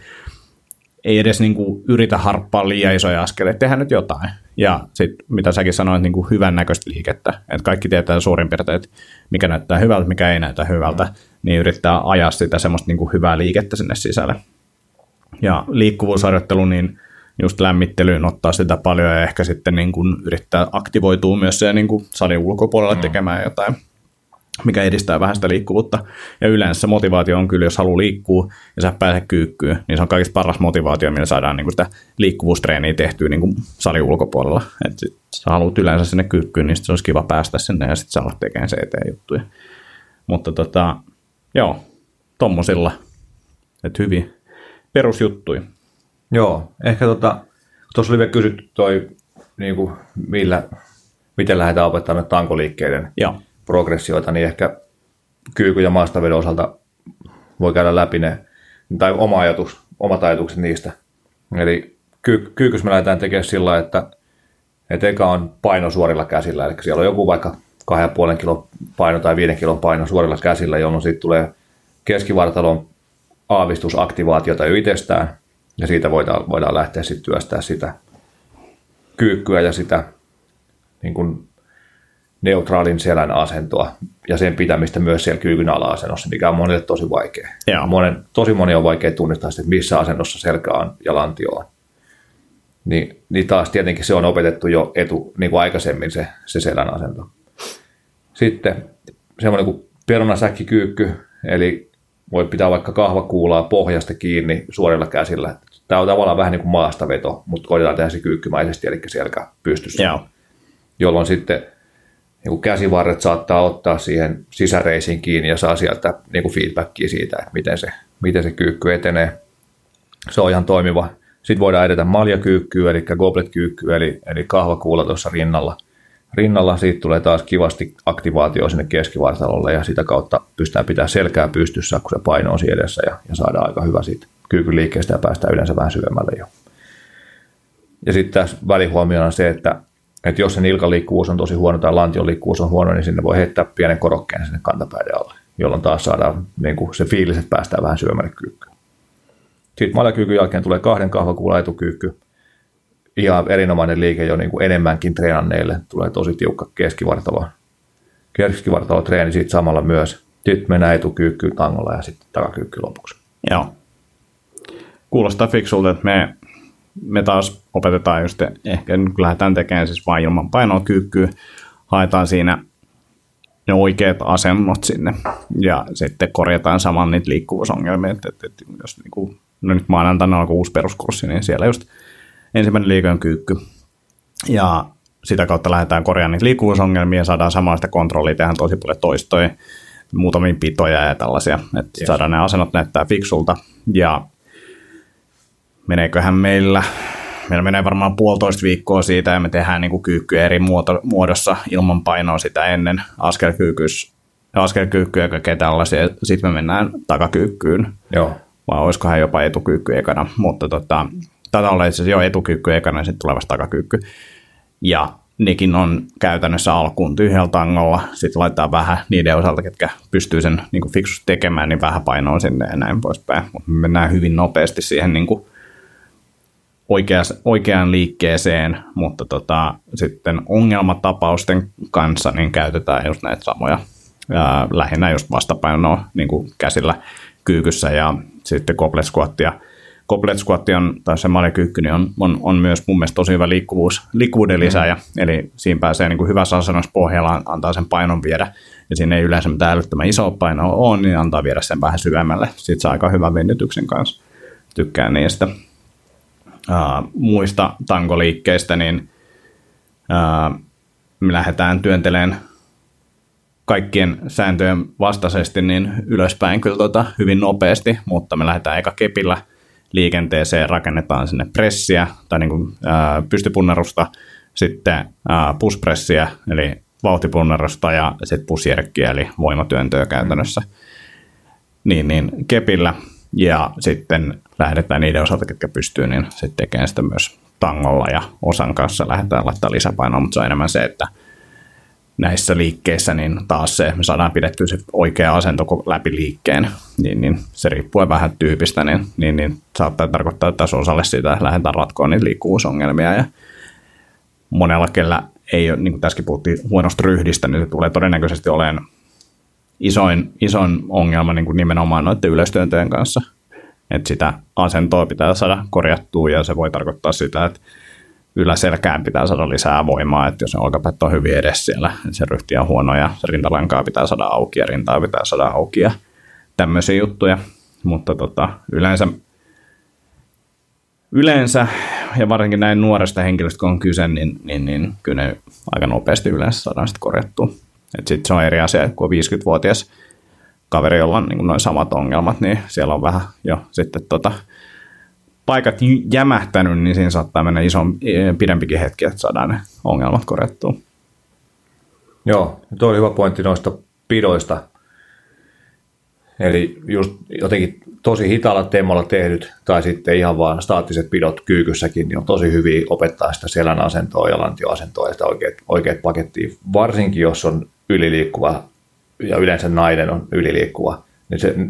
ei edes niin kuin yritä harppaa liian isoja askeleita, tehdään nyt jotain. Ja sitten mitä säkin sanoit, niin kuin hyvän näköistä liikettä, että kaikki tietää suurin piirtein, että mikä näyttää hyvältä, mikä ei näytä hyvältä, mm. niin yrittää ajaa sitä semmoista niin kuin hyvää liikettä sinne sisälle. Ja liikkuvuusharjoittelu, niin just lämmittelyyn ottaa sitä paljon ja ehkä sitten niin kuin yrittää aktivoitua myös siellä niin kuin salin ulkopuolella mm. tekemään jotain, mikä edistää vähän sitä liikkuvuutta. Ja yleensä se motivaatio on kyllä, jos haluaa liikkua ja sä pääset kyykkyyn, niin se on kaikista paras motivaatio, millä saadaan niin kuin sitä liikkuvuustreeniä tehtyä niin kuin salin ulkopuolella. Että sä haluat yleensä sinne kyykkyyn, niin se olisi kiva päästä sinne ja sitten sä alat tekemään se eteen juttuja. Mutta tota, joo, tommosilla, että hyvin perusjuttuja. Joo, ehkä tota, tuossa oli vielä kysytty toi, niin kuin, millä, miten lähdetään opettamaan tankoliikkeiden Joo. progressioita, niin ehkä kyykyn ja maastavedon osalta voi käydä läpi ne, tai oma ajatus, omat ajatukset niistä. Eli ky, kyykyssä me lähdetään tekemään sillä, että, että eka on paino suorilla käsillä, eli siellä on joku vaikka kahden puolen kilon paino tai viiden kilon paino suorilla käsillä, jolloin siitä tulee keskivartalon aavistusaktivaatiota jo itsestään, ja siitä voidaan, voidaan lähteä sitten työstää sitä kyykkyä ja sitä niin kuin neutraalin selän asentoa ja sen pitämistä myös siellä kyykyn ala-asennossa, mikä on monelle tosi vaikea. Monen, tosi moni on vaikea tunnistaa, että missä asennossa selkä on ja lantio on. Niin, niin taas tietenkin se on opetettu jo etu, niin kuin aikaisemmin se, se selän asento. Sitten semmoinen kuin perunasäkkikyykky, eli voi pitää vaikka kahvakuulaa pohjasta kiinni suorilla käsillä. Tämä on tavallaan vähän niin kuin maastaveto, mutta koitetaan tehdä se kyykkymäisesti, eli selkä pystyssä. Joo. Jolloin sitten niin kuin käsivarret saattaa ottaa siihen sisäreisiin kiinni ja saa sieltä niin kuin feedbackia siitä, että miten se, miten se kyykky etenee. Se on ihan toimiva. Sitten voidaan edetä maljakyykkyä, eli goblet-kyykkyä, eli, eli kahvakuula tuossa rinnalla. Rinnalla siitä tulee taas kivasti aktivaatio sinne keskivartalolle ja sitä kautta pystytään pitämään selkää pystyssä, kun se paino on siinä edessä ja, ja saadaan aika hyvä siitä kyykyn liikkeestä ja päästään yleensä vähän syvemmälle jo. Ja sitten tässä välihuomiona on se, että, että jos se nilkan liikkuvuus on tosi huono tai lantion liikkuvuus on huono, niin sinne voi heittää pienen korokkeen sinne kantapäiden alle, jolloin taas saadaan niin kuin se fiilis, että päästään vähän syvemmälle kyykkyyn. Sitten maljakyykyn jälkeen tulee kahden kahvakuulan etukyykky. Ihan erinomainen liike jo niin kuin enemmänkin treenanneille. Tulee tosi tiukka keskivartalo. Keskivartalo treeni siitä samalla myös. Sitten mennään etukyykkyyn tangolla ja sitten takakyykkyyn lopuksi. Joo. Kuulostaa fiksulta, että me, me taas opetetaan just, ehkä nyt lähdetään tekemään siis vain ilman painoa kyykkyä. Haetaan siinä ne oikeat asennot sinne ja sitten korjataan saman niitä liikkuvuusongelmia. Että, että, että jos niin kuin, no nyt maanantaina alkoi uusi peruskurssi, niin siellä just ensimmäinen liike on kyykky. Ja sitä kautta lähdetään korjaamaan niitä liikkuvuusongelmia ja saadaan samanlaista kontrollia, tehdään tosi paljon toistoja, muutamia pitoja ja tällaisia, että yes. saadaan ne asennot näyttää fiksulta. Ja meneeköhän meillä, meillä menee varmaan puolitoista viikkoa siitä, ja me tehdään niin kuin kyykkyä eri muoto, muodossa ilman painoa sitä ennen askelkyykkyä ja kaikkea tällaisia. Sitten me mennään takakyykkyyn. Joo. Vai olisikohan jopa etukyykky ekana, mutta tota, tätä olla itse asiassa jo etukyykky ekana ja sitten tulee vasta takakyykky. Ja nekin on käytännössä alkuun tyhjällä tangolla, sitten laittaa vähän niiden osalta, ketkä pystyy sen niin kuin fiksusti tekemään, niin vähän painoa sinne ja näin poispäin. Mutta me mennään hyvin nopeasti siihen niin kuin oikeaan liikkeeseen, mutta tota, sitten ongelmatapausten kanssa niin käytetään just näitä samoja, ää, lähinnä just vastapainoa niin kuin käsillä kyykyssä ja sitten goblet squattia. Goblet squat on, tai se maljakyykky, niin on, on, on myös mun mielestä tosi hyvä liikkuvuus, liikkuvuuden lisääjä, mm. eli siinä pääsee niin kuin hyvässä asennossa pohjalla, antaa sen painon viedä, ja siinä ei yleensä mitään älyttömän isoa painoa ole, niin antaa viedä sen vähän syvemmälle. Sitten saa aika hyvän venytyksen kanssa, tykkään niistä. Uh, muista tangoliikkeistä, niin uh, me lähdetään työntelemään kaikkien sääntöjen vastaisesti niin ylöspäin kyllä tota, hyvin nopeasti, mutta me lähdetään eka kepillä liikenteeseen, rakennetaan sinne pressiä tai niin kuin, uh, pystypunnerusta, sitten uh, push-pressiä, eli vauhtipunnerusta ja sitten push-jerkkiä, eli voimatyöntöä käytännössä, niin, niin kepillä. Ja sitten lähdetään niiden osalta, ketkä pystyy, niin sitten tekemään sitä myös tangolla ja osan kanssa lähdetään laittaa lisäpainoa, mutta se on enemmän se, että näissä liikkeissä niin taas se, me saadaan pidettyä se oikea asento läpi liikkeen, niin, niin se riippuu vähän tyypistä, niin, niin, niin saattaa tarkoittaa tässä osalle siitä, että lähdetään ratkoon niitä liikkuvuusongelmia ja monella, kellä ei ole, niin kuin tässäkin puhuttiin huonosta ryhdistä, niin se tulee todennäköisesti olemaan isoin, isoin ongelma niin kuin nimenomaan noiden yleistyöntöjen kanssa, että sitä asentoa pitää saada korjattua ja se voi tarkoittaa sitä, että yläselkään pitää saada lisää voimaa, että jos ne olkapäät on hyvin edes siellä, se ryhti on huono ja se rintalankaa pitää saada auki ja rintaa pitää saada auki ja tämmöisiä juttuja, mutta tota, yleensä, yleensä ja varsinkin näin nuoresta henkilöstä kun on kyse, niin, niin, niin kyllä ne aika nopeasti yleensä saadaan sitten korjattua. Sitten se on eri asia, kun on viisikymmentävuotias kaveri, jolla on niin noin samat ongelmat, niin siellä on vähän jo sitten tota, paikat jämähtänyt, niin siinä saattaa mennä ison, pidempikin hetki, että saadaan ne ongelmat korjattua. Joo, tuo oli hyvä pointti noista pidoista. Eli just jotenkin tosi hitaalla temmolla tehdyt tai sitten ihan vaan staattiset pidot kyykyssäkin, niin on tosi hyviä opettaa sitä selän asentoa ja lantioasentoa ja sitä oikeat, oikeat pakettia. Varsinkin jos on yliliikkuva ja yleensä nainen on yliliikkuva, niin se,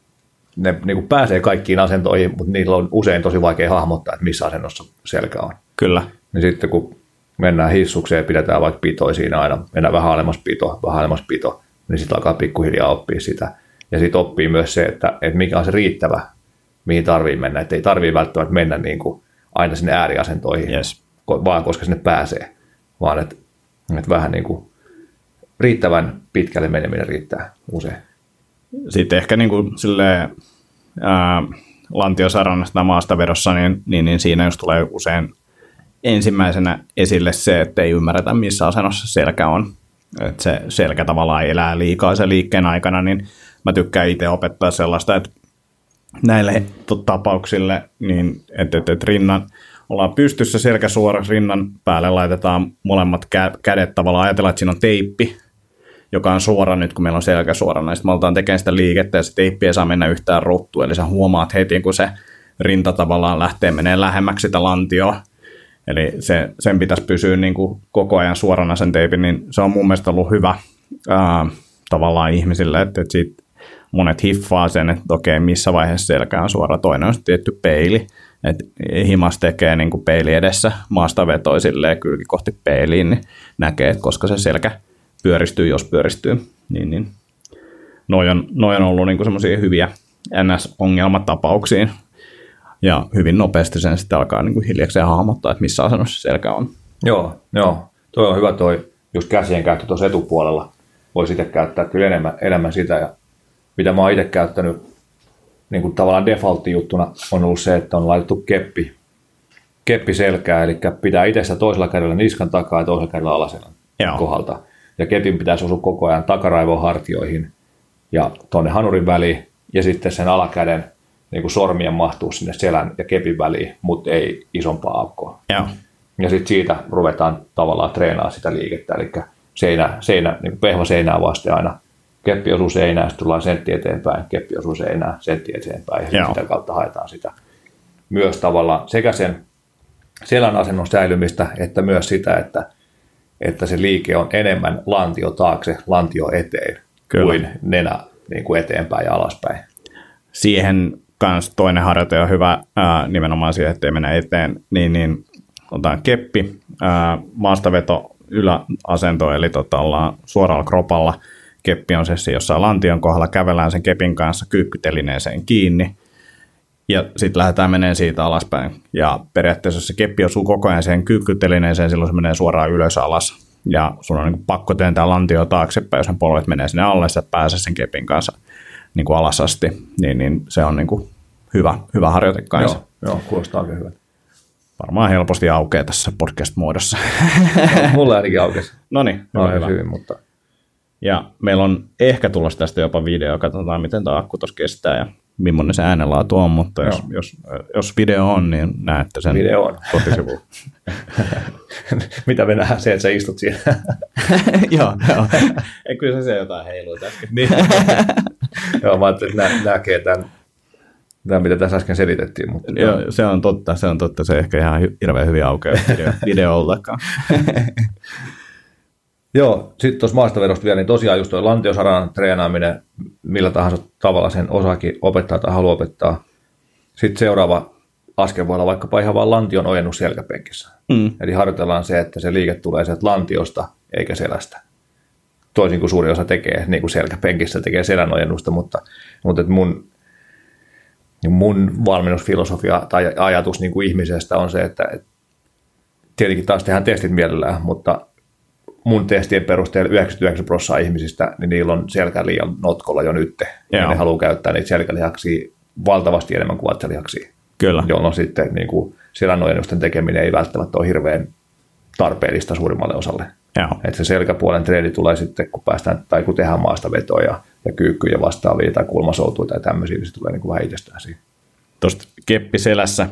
ne niin kuin pääsee kaikkiin asentoihin, mutta niillä on usein tosi vaikea hahmottaa, että missä asennossa selkä on. Kyllä. Niin sitten kun mennään hissukseen ja pidetään vaikka pitoja siinä aina, mennään vähän alemmas pito, vähän alemmas pito, niin sitten alkaa pikkuhiljaa oppia sitä. Ja sitten oppii myös se, että, että mikä on se riittävä, mihin tarvii mennä. Että ei tarvii välttämättä mennä niin kuin aina sinne ääriasentoihin, yes. vaan koska sinne pääsee. Vaan että, että vähän niin kuin riittävän pitkälle meneminen riittää usein. Sitten ehkä niin kuin silleen, ää, lantiosarannasta tai maastavedossa, niin, niin, niin siinä jos tulee usein ensimmäisenä esille se, että ei ymmärretä missä asennossa selkä on. Että se selkä tavallaan elää liikaa sen liikkeen aikana, niin mä tykkään itse opettaa sellaista, että näille tapauksille, niin että, että, että rinnan ollaan pystyssä selkä suora, rinnan päälle laitetaan molemmat kädet tavallaan, ajatellaan, että siinä on teippi, joka on suora nyt, kun meillä on selkä suorana, sitten me aletaan tekemään sitä liikettä, ja se teippi ei saa mennä yhtään ruttua, eli sä huomaat heti, kun se rinta tavallaan lähtee menee lähemmäksi sitä lantioa, eli se, sen pitäisi pysyä niin kuin koko ajan suorana sen teipin, niin se on mun mielestä ollut hyvä ää, tavallaan ihmisille, että, että siitä monet hiffaa sen, että okei, missä vaiheessa selkä on suora, toinen on tietty peili, että himas tekee niin kuin peili edessä maastavetoi silleen kylki kohti peiliin, niin näkee, että koska se selkä pyöristyy, jos pyöristyy, niin, niin. Noi on, noi on ollut niin semmoisia hyviä N S-ongelmatapauksia, ja hyvin nopeasti sen sitten alkaa niin kuin hiljakseen hahmottaa, että missä asennossa selkä on. Joo, joo. Toi on hyvä toi just käsien käyttö tuossa etupuolella. Voi itse käyttää kyllä enemmän, enemmän sitä, ja mitä mä oon itse käyttänyt niin kuin tavallaan default-juttuna on ollut se, että on laitettu keppi, keppi selkää, eli pitää itse toisella kädellä niskan takaa ja toisella kädellä alaselän kohdalta. Ja kepin pitäisi osua koko ajan takaraivon hartioihin ja tuonne hanurin väliin ja sitten sen alakäden niin kuin sormien mahtuu sinne selän ja kepin väliin, mutta ei isompaa aukkoa. Joo. Ja sitten siitä ruvetaan tavallaan treenaamaan sitä liikettä, eli seinä, seinä, niin pehmo seinää vasten aina. Keppi osuu seinään, sitten tullaan sentti eteenpäin, keppi osuu seinään, sentti eteenpäin, ja sitä kautta haetaan sitä. Myös tavallaan sekä sen selän asennon säilymistä, että myös sitä, että, että se liike on enemmän lantio taakse, lantio eteen, Kyllä. kuin nenä niin kuin eteenpäin ja alaspäin. Siihen kanssa toinen harjoite on hyvä, ää, nimenomaan siihen, ettei mennä eteen, niin, niin otetaan keppi, ää, maastaveto yläasento, eli tota, ollaan suoralla kropalla, keppi on se jossain lantion kohdalla, kävellään sen kepin kanssa kyykkytelineeseen kiinni, ja sitten lähdetään menemään siitä alaspäin. Ja periaatteessa jos se keppi osuu koko ajan siihen kyykkytelineeseen, silloin se menee suoraan ylös alas. Ja sun on niin pakko työntää lantio taaksepäin, jos ne polvet menee sinne alle, sä pääse sen kepin kanssa niin kuin alas asti. Niin, niin se on niin kuin hyvä, hyvä harjoite kanssa. Joo, joo, kuulostaa oikein hyvältä. Varmaan helposti aukeaa tässä podcast-muodossa. No, mulla ainakin aukesi. No niin, hyvä. Hyvin, mutta... Ja meillä on ehkä tulossa tästä jopa video, katsotaan miten tämä akku tuossa kestää ja millainen se äänenlaatu on, mutta jos, jos, jos video on, niin näette sen video on. kotisivuun. Mitä me nähdään se, että sä istut siinä? Joo, joo. Ei, kyllä se jotain heiluu tässä. Niin. Joo, mä ajattelin, että nä- näkee tämän, tämän, mitä tässä äsken selitettiin. Mutta joo, se on totta, se on totta. Se ehkä ihan hirveän hyvin aukeaa video, videoltakaan. Joo, sitten tuossa maastavedosta vielä, niin tosiaan just tuo lantiosaran treenaaminen, millä tahansa tavalla sen osaakin opettaa tai haluaa opettaa. Sitten seuraava askel voi olla vaikkapa ihan vaan lantion ojennus selkäpenkissä. Mm. Eli harjoitellaan se, että se liike tulee sieltä lantiosta eikä selästä. Toisin kuin suuri osa tekee, niin kuin selkäpenkissä tekee selän ojennusta, mutta, mutta mun, mun valmennusfilosofia tai ajatus niin kuin ihmisestä on se, että, että tietenkin taas tehdään testit mielellään, mutta mun testien perusteella yhdeksänkymmentäyhdeksän prosenttia ihmisistä, niin niillä on selkä liian notkolla jo nyt. Ja ne haluaa käyttää niitä selkälihaksia valtavasti enemmän kuin vatsalihaksia. Kyllä. Jolloin sitten niin kuin selän tekeminen ei välttämättä ole hirveän tarpeellista suurimmalle osalle. Että se selkäpuolen treeni tulee sitten, kun päästään tai kun tehdään maastavetoja ja, ja kyykkyjä vastaavia tai kulmasoutuja tai tämmöisiä, niin se tulee niin kuin vähän itsestään siihen. Tuosta keppi selässä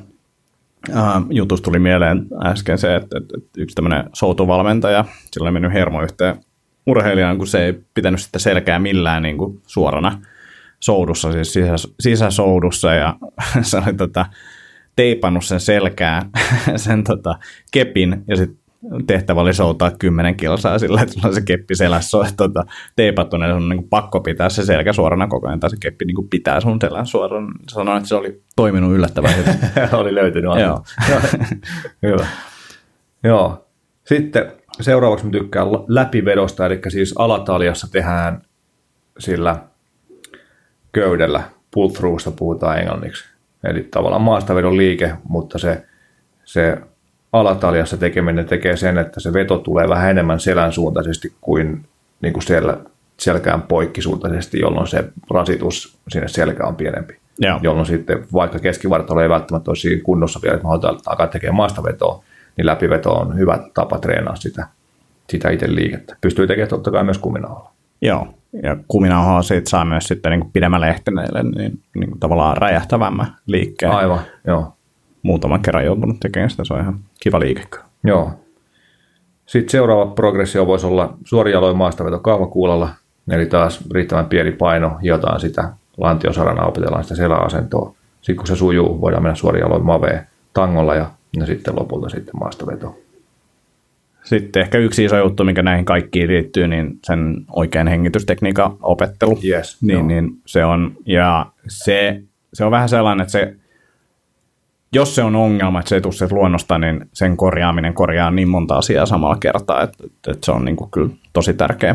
Uh, jutusta tuli mieleen äsken se, että, että yksi tämmöinen soutuvalmentaja, sillä oli mennyt hermo yhteen urheilijaan, kun se ei pitänyt sitä selkää millään niin kuin suorana soudussa, siis sisä, sisäsoudussa, ja se oli tota, teipannut sen selkää, sen tota, kepin, ja sitten tehtävä oli soutaa kymmenen kilsaa sillä, että sulla on se keppi selässä on tota, teipattu, niin on niin pakko pitää se selkä suorana koko ajan, tai se keppi niin pitää sun selän suorana. Sanoin, että se oli toiminut yllättävän hyvin. Oli löytynyt. Joo. Hyvä. Joo. Sitten seuraavaksi mä tykkään läpivedosta, eli siis alataljassa tehdään sillä köydellä, pull-throughsta puhutaan englanniksi. Eli tavallaan maastavedon liike, mutta se, se alataljassa tekeminen tekee sen, että se veto tulee vähän enemmän selän suuntaisesti kuin, niin kuin sel, selkään poikkisuuntaisesti, jolloin se rasitus sinne selkään on pienempi. Joo. Jolloin sitten vaikka keskivartalo ei välttämättä ole siinä kunnossa vielä, että me halutaan alkaa tekemään maastavetoa, niin läpiveto on hyvä tapa treenaa sitä, sitä itse liikettä. Pystyy tekemään totta kai myös kuminauhalla. Joo, ja kuminauhaa siitä saa myös sitten niin kuin pidemmälle ehtineille niin, niin kuin tavallaan räjähtävämmän liikkeen. Aivan, joo. Muutaman kerran joutunut tekemään sitä, se on ihan kiva liike. Joo. Sitten seuraava progressio voisi olla suorijaloin maastaveto kahvakuulalla, eli taas riittävän pieni paino, hiotaan sitä lantiosarana, opetellaan sitä seläasentoa. Sitten kun se sujuu, voidaan mennä suorijaloin maveen tangolla ja, ja sitten lopulta sitten maastaveto. Sitten ehkä yksi iso juttu, mikä näihin kaikkiin liittyy, niin sen oikean hengitystekniikan opettelu. Yes, niin, niin se on, ja se, se on vähän sellainen, että se jos se on ongelma, että se ei tule sieltä luonnosta, niin sen korjaaminen korjaa niin monta asiaa samalla kertaa, että, että, että se on niin kuin kyllä tosi tärkeä.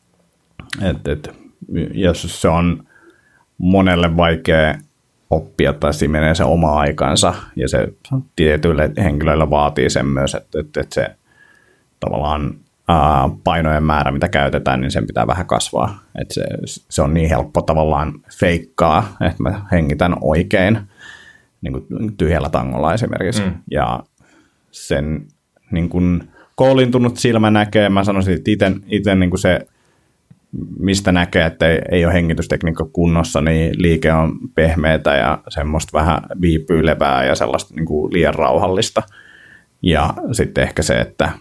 Että, että, jos se on monelle vaikea oppia tai siinä menee se oma aikansa ja se tietyille henkilöille vaatii sen myös, että, että, että se tavallaan ää, painojen määrä, mitä käytetään, niin sen pitää vähän kasvaa. Että se, se on niin helppo tavallaan feikkaa, että mä hengitän oikein. Niin kuin tyhjällä tangolla esimerkiksi. Mm. Ja sen niin kuin koulintunut silmä näkee, mä sanoisin, että itse niin kuin se mistä näkee, että ei, ei ole hengitystekniikka kunnossa, niin liike on pehmeätä ja semmoista vähän viipyilevää ja sellaista niin kuin liian rauhallista. Ja sitten ehkä se, että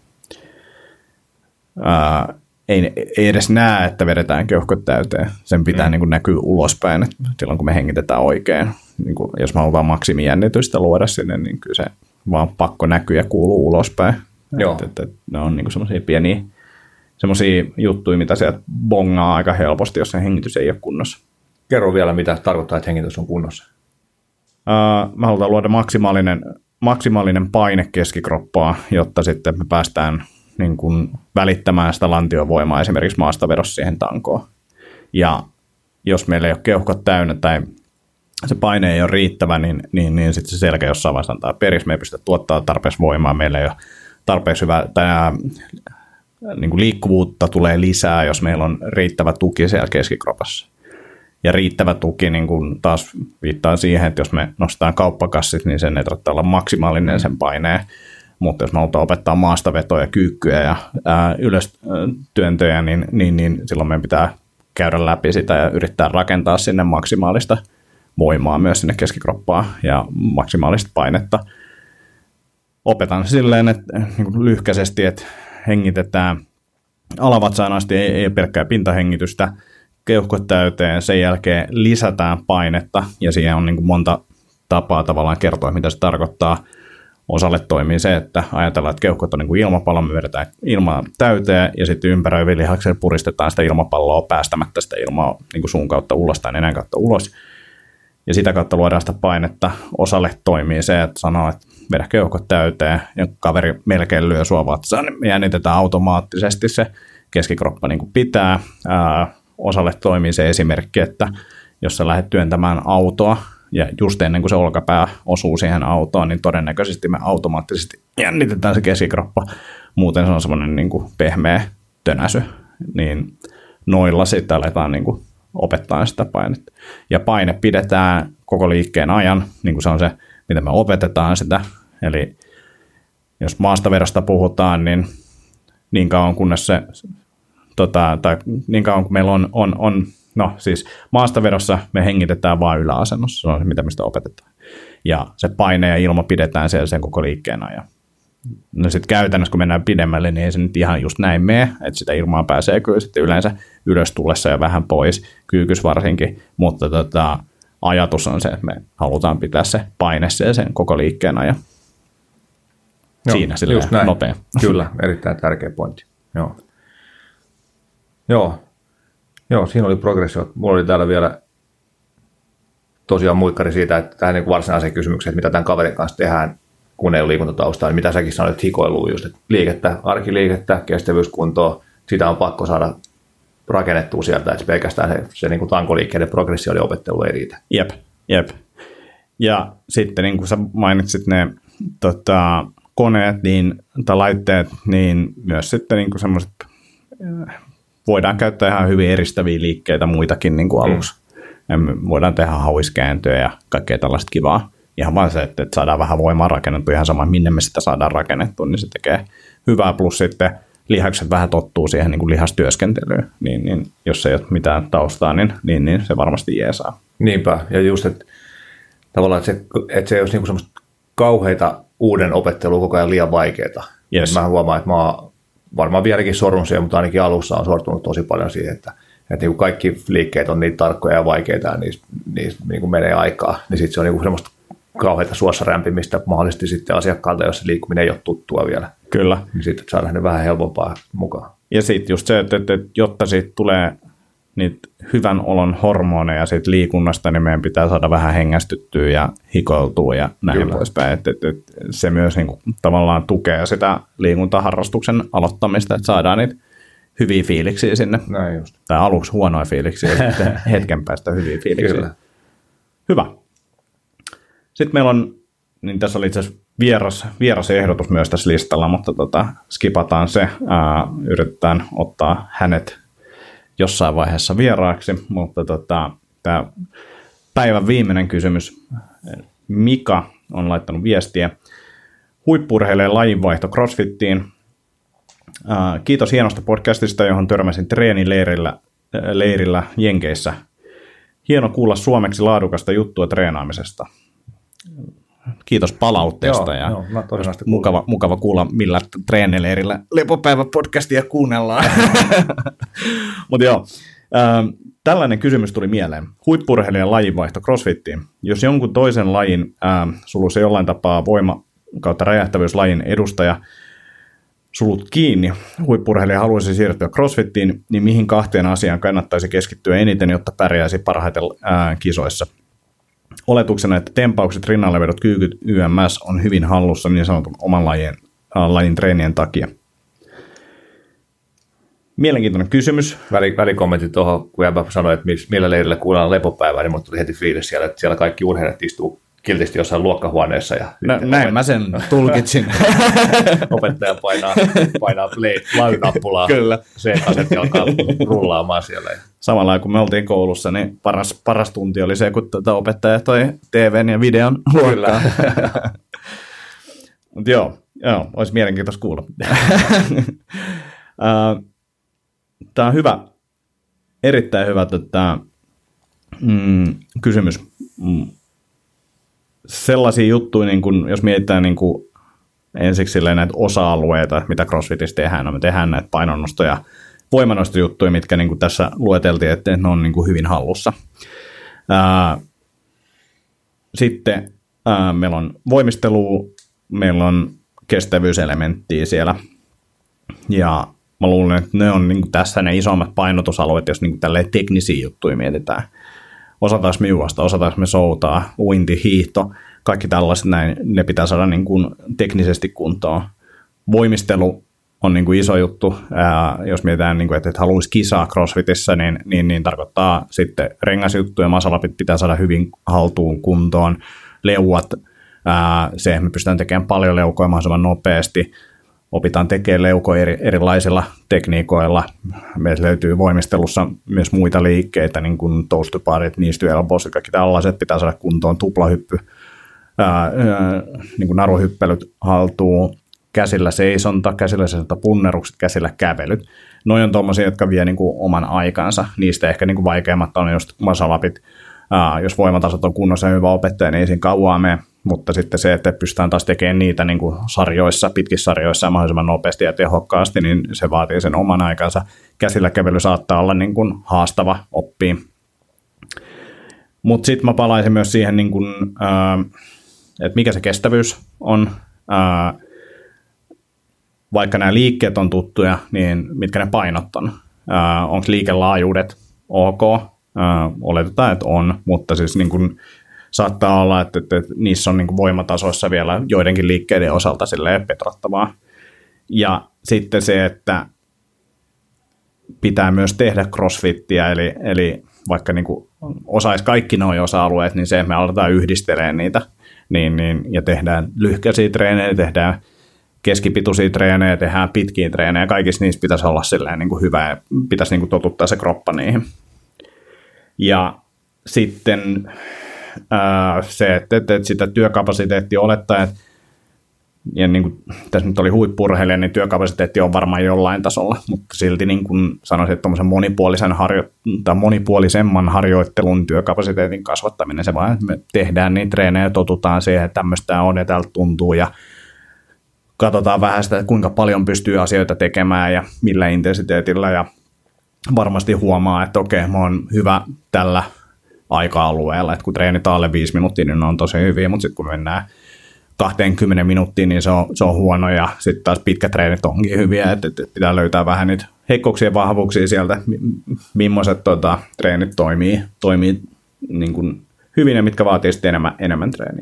ää, ei, ei edes näe, että vedetään keuhkot täyteen. Sen pitää mm. niin kuin näkyä ulospäin, että silloin kun me hengitetään oikein. Niin kuin, jos me halutaan maksimijännitystä luoda sinne, niin kyllä se vaan pakko näkyy ja kuuluu ulospäin. Että, että, että ne on niin semmoisia pieniä semmoisia juttuja, mitä sieltä bongaa aika helposti, jos se hengitys ei ole kunnossa. Kerro vielä, mitä tarkoittaa, että hengitys on kunnossa. Uh, me halutaan luoda maksimaalinen, maksimaalinen paine keskikroppaa, jotta sitten me päästään niin kuin välittämään sitä lantiovoimaa esimerkiksi maastavedossa siihen tankoon. Ja jos meillä ei ole keuhkot täynnä tai se paine ei ole riittävä, niin, niin, niin sitten se selkä jossain vaiheessa antaa periksi. Me ei pystytä tuottaa tarpeeksi voimaa, meillä ei ole tarpeeksi hyvä, tai niin kuin liikkuvuutta tulee lisää, jos meillä on riittävä tuki siellä keskikropassa. Ja riittävä tuki niin kuin taas viittaa siihen, että jos me nostetaan kauppakassit, niin sen ei tarvitse olla maksimaalinen sen paineen. Mutta jos me halutaan opettaa maastavetoja, kyykkyjä ja ää, ylöstyöntöjä, niin, niin, niin silloin meidän pitää käydä läpi sitä ja yrittää rakentaa sinne maksimaalista voimaa myös sinne keskikroppaan ja maksimaalista painetta. Opetan silleen, että niin kuin lyhkäisesti, että hengitetään alavatsaan asti, ei, ei pelkkää pintahengitystä, keuhkot täyteen, sen jälkeen lisätään painetta ja siihen on niin kuin monta tapaa tavallaan kertoa, mitä se tarkoittaa. Osalle toimii se, että ajatellaan, että keuhkot on niin kuin ilmapallo, me vedetään ilmaa täyteen ja sitten ympäröivillä lihaksilla puristetaan sitä ilmapalloa päästämättä sitä ilmaa niin kuin suun kautta ulos tai nenän kautta ulos. Ja sitä kautta luodaan sitä painetta. Osalle toimii se, että sanoo, että vedä keuhkot täyteen ja kaveri melkein lyö sua vatsaan, niin me jännitetään automaattisesti se keskikroppa niin kuin pitää. Ää, osalle toimii se esimerkki, että jos sä lähdet työntämään autoa ja just ennen kuin se olkapää osuu siihen autoon, niin todennäköisesti me automaattisesti jännitetään se keskikroppa. Muuten se on semmoinen niin kuin pehmeä tönäsy. Niin noilla sitten aletaan niin kuin opettaa sitä painetta. Ja paine pidetään koko liikkeen ajan, niin kuin se on se, mitä me opetetaan sitä. Eli jos maastavedosta puhutaan, niin niin kauan kunnes se, tota, tai niin kauan kun meillä on, on, on no siis maastavedossa me hengitetään vain yläasennossa, se on se, mitä me sitä opetetaan. Ja se paine ja ilma pidetään siellä sen koko liikkeen ajan. No sitten käytännössä, kun mennään pidemmälle, niin ei se nyt ihan just näin mene, että sitä ilmaa pääsee kyllä sitten yleensä ylös tullessa ja vähän pois, kyykys varsinkin, mutta tota, ajatus on se, että me halutaan pitää se paine sen koko liikkeen ajan. Joo, siinä silleen nopea. Kyllä, erittäin tärkeä pointti. Joo. Joo. Joo, siinä oli progressio. Mulla oli täällä vielä tosiaan muikkari siitä, että tähän niin varsinaiseen kysymykseen, että mitä tämän kaverin kanssa tehdään, kun ei ole liikuntataustaa, niin mitä säkin sanoit, että hikoiluu just, että liikettä, arkiliikettä, kestävyyskuntoa, sitä on pakko saada rakennettua sieltä, että pelkästään se, se niin kuin tankoliikkeiden progressioiden opettelu ei riitä. Jep, jep. Ja sitten niin kuin sä mainitsit ne tota, koneet niin, tai laitteet, niin myös sitten niin kuin semmoiset, voidaan käyttää ihan hyvin eristäviä liikkeitä muitakin niin kuin aluksi. Mm. Voidaan tehdä hauiskääntöjä ja kaikkea tällaista kivaa. Ihan vaan se, että saadaan vähän voimaa rakennettua, ihan sama minne me sitä saadaan rakennettua, niin se tekee hyvää. Plus sitten lihakset vähän tottuu siihen niin kuin lihastyöskentelyyn, niin, niin jos ei ole mitään taustaa, niin, niin, niin se varmasti jeesaa. Niinpä, ja just, että tavallaan, että se, että se ei olisi niin kuin semmoista kauheita uuden opettelua koko ajan liian vaikeaa. Yes. Mä huomaan, että mä oon varmaan vieläkin sorrun siihen, mutta ainakin alussa on sortunut tosi paljon siihen, että, että niin kuin kaikki liikkeet on niin tarkkoja ja vaikeita ja niissä, niissä niin kuin menee aikaa, niin sitten se on niin kuin semmoista kauheita suossa rämpimistä mahdollisesti sitten asiakkaalta, jos se liikkuminen ei ole tuttua vielä. Kyllä. Niin sitten saadaan ne vähän helpompaa mukaan. Ja sitten just se, että, että jotta siitä tulee niitä hyvän olon hormoneja siitä liikunnasta, niin meidän pitää saada vähän hengästyttyä ja hikoiltua ja näin Kyllä. poispäin. Että, että, että se myös niin kuin, tavallaan tukee sitä liikuntaharrastuksen aloittamista, että saadaan niitä hyviä fiiliksiä sinne. Näin just. Tai aluksi huonoja fiiliksiä ja sitten hetken päästä hyviä fiiliksiä. Kyllä. Hyvä. Sitten meillä on, niin tässä oli itse asiassa vieras, vieras ehdotus myös tässä listalla, mutta tota, skipataan se. Ää, yritetään ottaa hänet jossain vaiheessa vieraaksi, mutta tota, tämä päivän viimeinen kysymys. Mika on laittanut viestiä. Huippu-urheilee lajinvaihto CrossFittiin. Uh, kiitos hienosta podcastista, johon törmäsin treenileirillä leirillä Jenkeissä. Hieno kuulla suomeksi laadukasta juttua treenaamisesta. Kiitos palautteesta. Joo, ja joo, mä mukava, mukava kuulla, millä treenileirillä Lepopäivä-podcastia kuunnellaan. Mutta joo, äh, tällainen kysymys tuli mieleen. Huippu-urheilijan lajinvaihto CrossFittiin. Jos jonkun toisen lajin, äh, sulussa jollain tapaa voima kautta räjähtävyyslajin edustaja, sulut kiinni, huippu-urheilija haluaisi siirtyä CrossFittiin, niin mihin kahteen asiaan kannattaisi keskittyä eniten, jotta pärjäisi parhaiten ää, kisoissa? Oletuksena, että tempaukset, rinnallevedot, kyykyt, Y M S on hyvin hallussa niin sanotun oman lajin, ää, lajin treenien takia. Mielenkiintoinen kysymys. Väli, välikommentti tuohon, kun Jäbä sanoi, että millä leirillä kuunnellaan lepopäivää, niin minulle tuli heti fiilis siellä, että siellä kaikki urheilijat istuu kiltisti jossain luokkahuoneessa. Ja no, näin mä sen tulkitsin. Opettaja painaa, painaa play-nappulaa. Kyllä. C-kasetti alkaa rullaamaan siellä. Samalla kun me oltiin koulussa, niin paras, paras tunti oli se, kun tuota opettaja toi T V:n ja videon luokkaan. Mutta joo, joo, olisi mielenkiintoista kuulla. Tämä on hyvä, erittäin hyvä tätä, mm, kysymys. Mm. Sellaisia juttuja, niin kun, jos mietitään niin kun ensiksi näitä osa-alueita, mitä CrossFitissä tehdään, no me tehdään näitä painonnosto- ja voimannostojuttuja, mitkä niin kun tässä lueteltiin, että ne on niin kun hyvin hallussa. Ää, sitten ää, meillä on voimistelua, meillä on kestävyyselementtiä siellä, ja mä luulen, että ne on niin kun tässä ne isommat painotusalueet, jos niin kun tälleen teknisiä juttuja mietitään. Osataanko me juosta, osataanko me soutaa, uinti, hiihto, kaikki tällaiset näin, ne pitää saada niin kuin teknisesti kuntoon. Voimistelu on niin kuin iso juttu, ää, jos mietitään, niin kuin, että et haluaisi kisaa CrossFitissä, niin, niin, niin tarkoittaa sitten rengasjuttuja, masalapit pitää saada hyvin haltuun kuntoon, leuat, ää, se, että me pystytään tekemään paljon leukoja mahdollisimman nopeasti, opitaan tekemään leukoja eri, erilaisilla tekniikoilla. Meillä löytyy voimistelussa myös muita liikkeitä, niin kuin toast to bar, knees to elbows, kaikki tällaiset pitää saada kuntoon, tuplahyppy, ää, ää, niin kuin naruhyppelyt haltuun, käsillä seisonta, käsillä seisonta punnerukset, käsillä kävelyt. Noi on tuommoisia, jotka vie niin kuin oman aikansa. Niistä ehkä niin kuin vaikeimmat on just masalapit. Ää, jos voimatasot on kunnossa ja hyvä opettaja, niin ei siinä kauaa mene. Mutta sitten se, että pystytään taas tekemään niitä niin kuin sarjoissa, pitkissä sarjoissa mahdollisimman nopeasti ja tehokkaasti, niin se vaatii sen oman aikansa. Käsillä kävely saattaa olla niin kuin haastava oppia. Mutta sitten mä palaisin myös siihen, niin kuin, ää, että mikä se kestävyys on. Ää, vaikka nämä liikkeet on tuttuja, niin mitkä ne painot on. Onko liikelaajuudet ok? Ää, oletetaan, että on, mutta siis niin kuin saattaa olla, että, että, että niissä on niin kuin voimatasoissa vielä joidenkin liikkeiden osalta silleen petrattavaa. Ja sitten se, että pitää myös tehdä crossfittiä, eli, eli vaikka niin kuin osaisi kaikki nuo osa-alueet, niin se, että me aletaan yhdistelemään niitä, niin, niin, ja tehdään lyhkäisiä treenejä, tehdään keskipituisia treenejä, tehdään pitkiä treenejä, kaikissa niissä pitäisi olla silleen niin kuin hyvä, ja pitäisi niin kuin totuttaa se kroppa niihin. Ja sitten ää, se, että, että, että sitä työkapasiteettia olettaa, että ja niin kuin tässä nyt oli huippu-urheilija, niin työkapasiteetti on varmaan jollain tasolla, mutta silti niin kuin sanoisin, että tuommoisen monipuolisen harjo- tai monipuolisemman harjoittelun työkapasiteetin kasvattaminen, se vaan, että me tehdään niitä treenejä ja totutaan siihen, että tämmöistä on ja tältä tuntuu ja katsotaan vähän sitä, kuinka paljon pystyy asioita tekemään ja millä intensiteetillä ja varmasti huomaa, että okei, mä oon hyvä tällä aika-alueella, että kun treenit alle viisi minuuttia, niin ne on tosi hyviä, mutta sitten kun mennään kaksikymmentä minuuttia, niin se on, se on huono ja sitten taas pitkät treenit onkin hyviä, että, että pitää löytää vähän niitä heikkouksia ja vahvuuksia sieltä, millaiset tota, treenit toimii, toimii niin kuin hyvin ja mitkä vaatii sitten enemmän, enemmän treeniä.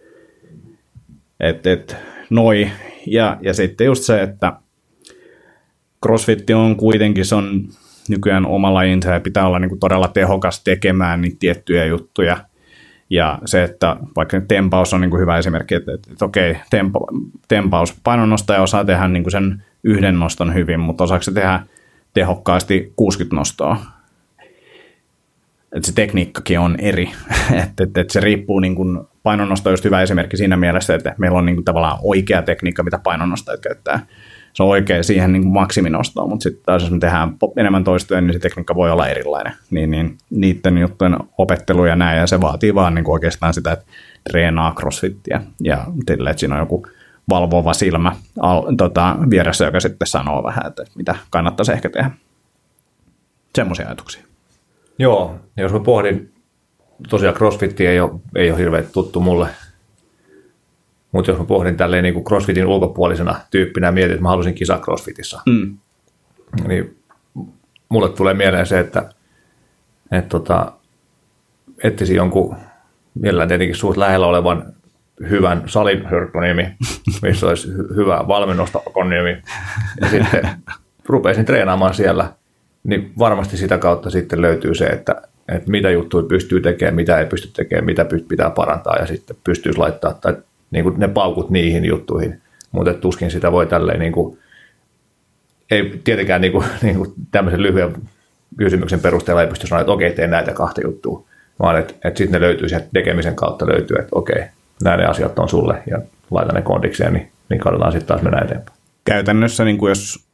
Et, et, noi. Ja, ja sitten just se, että CrossFit on kuitenkin, se on nykyään oma lajinsa ja pitää olla niin kuin todella tehokas tekemään niitä tiettyjä juttuja. Ja se, että vaikka tempaus on niin kuin hyvä esimerkki, että, että, että okei, tempa, tempaus, painonnostaja osaa tehdä niin kuin sen yhden noston hyvin, mutta osaako se tehdä tehokkaasti kuusikymmentä nostoa? Että se tekniikkakin on eri, että, että, että se riippuu, niin kuin, painonnosto on just hyvä esimerkki siinä mielessä, että meillä on niin kuin tavallaan oikea tekniikka, mitä painonnostajat käyttää. se on oikea siihen niin kuin maksiminostoon, mutta sitten taas jos me tehdään enemmän toistoja, niin se tekniikka voi olla erilainen. Niin, niin niiden juttujen opettelu ja näin, ja se vaatii vaan niin kuin oikeastaan sitä, että treenaa crossfittiä ja sille, että siinä on joku valvova silmä al, tota, vieressä, joka sitten sanoo vähän, että mitä kannattaisi ehkä tehdä. Semmoisia ajatuksia. Joo, ja jos mä pohdin, tosiaan crossfitti ei ole, ei ole hirveän tuttu mulle, mutta jos mä pohdin tälleen niin kuin crossfitin ulkopuolisena tyyppinä ja mietin, että mä haluaisin kisa crossfitissa, mm. niin mulle tulee mieleen se, että et tota, etsisi jonkun mielellään tietenkin suht lähellä olevan hyvän salin hörppönimi, missä olisi hy- hyvä valmennustapakonnimi, ja sitten rupeisin treenaamaan siellä, niin varmasti sitä kautta sitten löytyy se, että, että mitä juttuja pystyy tekemään, mitä ei pysty tekemään, mitä pitää parantaa, ja sitten pystyisi laittaa tai niin kuin ne paukut niihin juttuihin, mutta tuskin sitä voi tälleen, niin kuin, ei tietenkään niin kuin, niin kuin tämmöisen lyhyen kysymyksen perusteella ei pysty sanoa, että okei, teen näitä kahta juttua, vaan että, että sitten ne löytyy sieltä tekemisen kautta löytyy, että okei, nämä ne asiat on sulle ja laita ne kondikseen, niin, niin katsotaan sitten taas mennä eteenpäin. Käytännössä niin kuin jos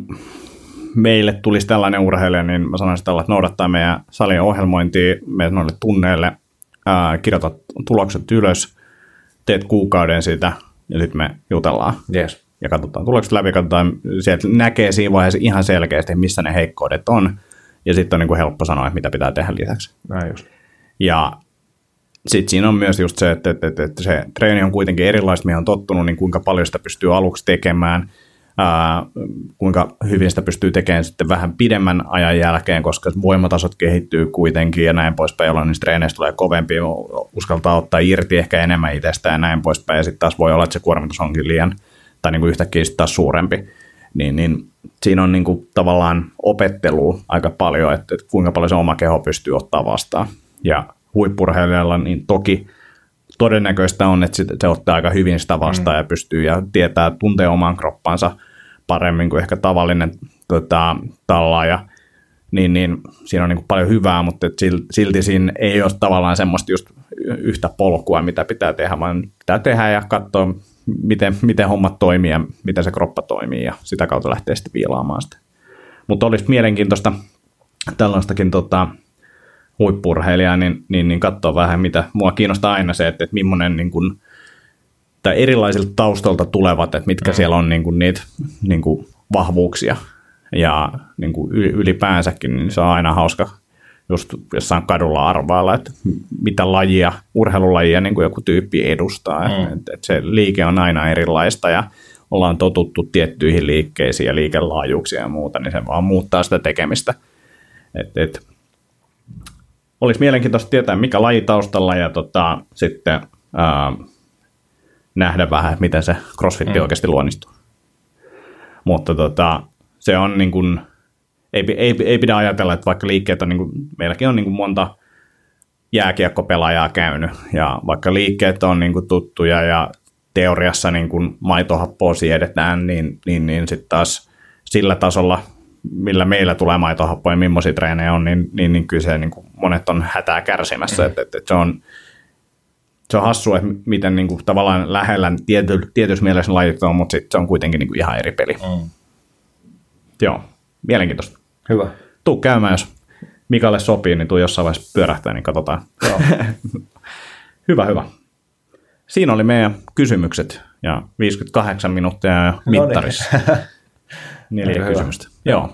meille tulisi tällainen urheilija, niin mä sanoisin tällä, että noudattaa meidän salin ohjelmointia, meidän noille tunneille, ää, kirjoitat tulokset ylös, teet kuukauden siitä ja sitten me jutellaan. Yes. Ja katsotaan tulokset läpi, katsotaan, sieltä näkee siinä vaiheessa ihan selkeästi, missä ne heikkoudet on, ja sitten on niin kuin helppo sanoa, että mitä pitää tehdä lisäksi. Näin just. Ja sitten siinä on myös just se, että, että, että, että se treeni on kuitenkin erilaista, mihin on tottunut, niin kuinka paljon sitä pystyy aluksi tekemään, ää, kuinka hyvin sitä pystyy tekemään sitten vähän pidemmän ajan jälkeen, koska voimatasot kehittyy kuitenkin ja näin poispäin, jolloin niistä treeneistä tulee kovempi, uskaltaa ottaa irti ehkä enemmän itsestään ja näin poispäin, ja sitten taas voi olla, että se kuormitus onkin liian, tai niin kuin yhtäkkiä sitten taas suurempi. Niin, niin siinä on niin kuin tavallaan opettelua aika paljon, että, että kuinka paljon se oma keho pystyy ottaa vastaan. Ja huippurheilijalla niin toki todennäköistä on, että se ottaa aika hyvin sitä vastaan mm. ja pystyy ja tietää, tuntee oman kroppansa paremmin kuin ehkä tavallinen tota, tallaaja. Niin, niin siinä on niin kuin paljon hyvää, mutta silti siinä ei ole tavallaan semmoista just yhtä polkua, mitä pitää tehdä, vaan pitää tehdä ja katsoa, miten, miten hommat toimii ja miten se kroppa toimii ja sitä kautta lähtee sitten viilaamaan sitä. Mutta olisi mielenkiintoista tällaistakin tota, huippu-urheilijaa, niin, niin, niin katsoa vähän, mitä mua kiinnostaa aina se, että, että millainen niin kuin, tai erilaisilta taustalta tulevat, että mitkä mm. siellä on niin kuin, niitä niin kuin, vahvuuksia ja niin kuin ylipäänsäkin, niin se on aina hauska just jossain kadulla arvailla, että mitä lajia, urheilulajia niin kuin joku tyyppi edustaa. Mm. Että, että se liike on aina erilaista ja ollaan totuttu tiettyihin liikkeisiin ja liikelaajuuksia ja muuta, niin se vaan muuttaa sitä tekemistä. Että, että olisi mielenkiintoista tietää, mikä laji taustalla ja tota, sitten ää, nähdä vähän, miten se crossfit mm. oikeasti luonnistuu. Mutta tota, se on niin kuin, ei, ei, ei pidä ajatella, että vaikka liikkeet on, niin kuin, meilläkin on niin kuin monta jääkiekkopelaajaa käynyt ja vaikka liikkeet on niin kuin tuttuja ja teoriassa niin kuin maitohappoa siedetään, niin, niin, niin sitten taas sillä tasolla, millä meillä tulee maitohappoja ja millaisia treenejä on, niin, niin, niin kyllä se, niin kuin monet on hätää kärsimässä. Mm. Et, et, et se, on, se on hassua, että miten niin kuin, tavallaan lähellä tiety, tietyssä mielessä lajit on, mutta sitten se on kuitenkin niin kuin ihan eri peli. Mm. Joo, mielenkiintoista. Hyvä. Tuu käymään, jos Mikalle sopii, niin tuu jossain vaiheessa pyörähtää, niin katsotaan. Joo. hyvä, hyvä. Siinä oli meidän kysymykset ja viisikymmentäkahdeksan minuuttia jo mittarissa. No niin. Neljä kysymystä. Joo.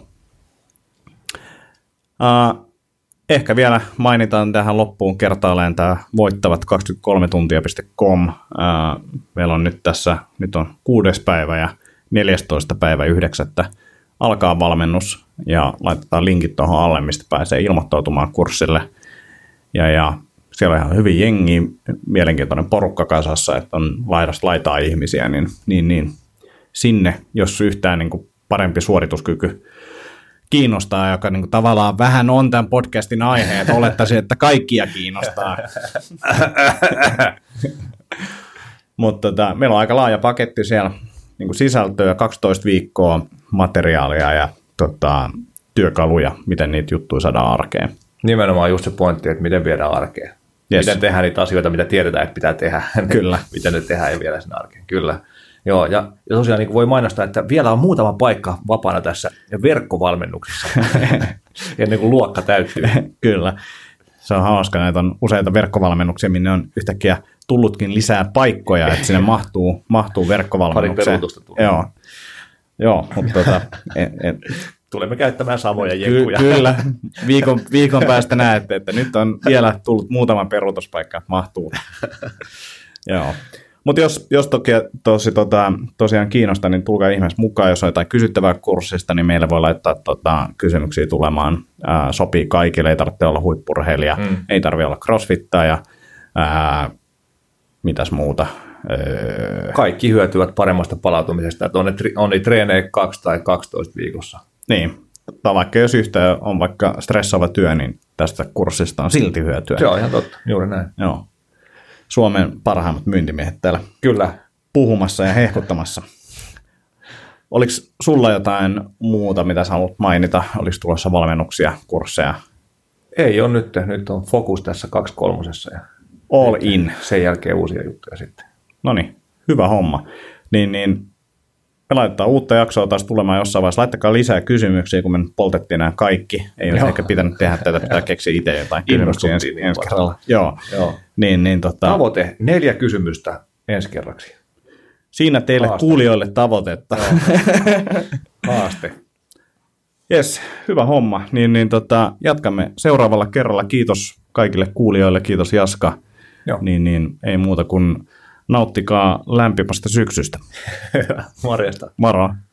Uh, ehkä vielä mainitaan tähän loppuun kertaalleen tämä voittavat kaksikymmentäkolme tuntia piste com. Uh, meillä on nyt tässä, nyt on kuudes päivä ja neljästoista päivä yhdeksättä alkaa valmennus ja laitetaan linkit tuohon alle, mistä pääsee ilmoittautumaan kurssille. Ja, ja siellä on ihan hyvin jengiä, mielenkiintoinen porukka kasassa, että on laidasta laitaa ihmisiä, niin, niin, niin sinne, jos yhtään niin kuin parempi suorituskyky kiinnostaa, joka niin kuin tavallaan vähän on tämän podcastin aihe, että olettaisin, että kaikkia kiinnostaa. Mutta tota, meillä on aika laaja paketti siellä niin kuin sisältöä, kaksitoista viikkoa materiaalia ja tota, työkaluja, miten niitä juttuja saadaan arkeen. Nimenomaan just se pointti, että miten viedään arkeen. Yes. Miten tehdään niitä asioita, mitä tiedetään, että pitää tehdä. Kyllä. Miten ne tehdään ja viedään sinne arkeen. Kyllä. Joo, ja, ja tosiaan niin kuin voi mainostaa, että vielä on muutama paikka vapaana tässä verkkovalmennuksessa, ennen kuin luokka täyttyy. Kyllä. Se on hauska, näitä on useita verkkovalmennuksia, minne on yhtäkkiä tullutkin lisää paikkoja, että sinne mahtuu, mahtuu verkkovalmennukseen. Pari peruutusta tulee. Joo, Joo mutta tota, en, en, tulemme käyttämään samoja jenkuja. Ky- kyllä, viikon, viikon päästä näette, että nyt on vielä tullut muutama peruutuspaikka, että mahtuu. Joo. Mutta jos, jos toki, tosi, tota, tosiaan kiinnostaa, niin tulkaa ihmeessä mukaan. Jos on jotain kysyttävää kurssista, niin meille voi laittaa tota, kysymyksiä tulemaan. Ää, sopii kaikille, ei tarvitse olla huippurheilija, mm. ei tarvitse olla crossfittaja, ää, mitäs muuta. Öö... Kaikki hyötyvät paremmasta palautumisesta, että on, ne, on niitä treenejä kaksi tai kaksitoista viikossa. Niin, tai vaikka jos yhtä on vaikka stressaava työ, niin tästä kurssista on silti hyötyä. Se on ihan totta, juuri näin. Joo. Suomen parhaimmat myyntimiehet täällä kyllä puhumassa ja hehkuttamassa. Oliko sulla jotain muuta, mitä sä haluat mainita? Oliko tulossa valmennuksia, kursseja? Ei ole nyt. Nyt on fokus tässä kaksi kolmosessa. Ja all in. Sen jälkeen uusia juttuja sitten. No niin, hyvä homma. Niin, niin me laitetaan uutta jaksoa taas tulemaan jossain vaiheessa. Laittakaa lisää kysymyksiä, kun me nyt poltettiin nämä kaikki. Ei olisi ehkä pitänyt tehdä tätä, pitää keksiä itse jotain kysymyksiä ensi, niin ensi kerralla. Joo. Joo. Niin, niin, tota... Tavoite, neljä kysymystä ensi kerraksi. Siinä teille Haaste. Kuulijoille tavoitetta. Haaste. Jes, hyvä homma. Niin, niin tota, jatkamme seuraavalla kerralla. Kiitos kaikille kuulijoille, kiitos Jaska. Joo. Niin, niin ei muuta kuin nauttikaa lämpimästä syksystä. Morjesta. Moro.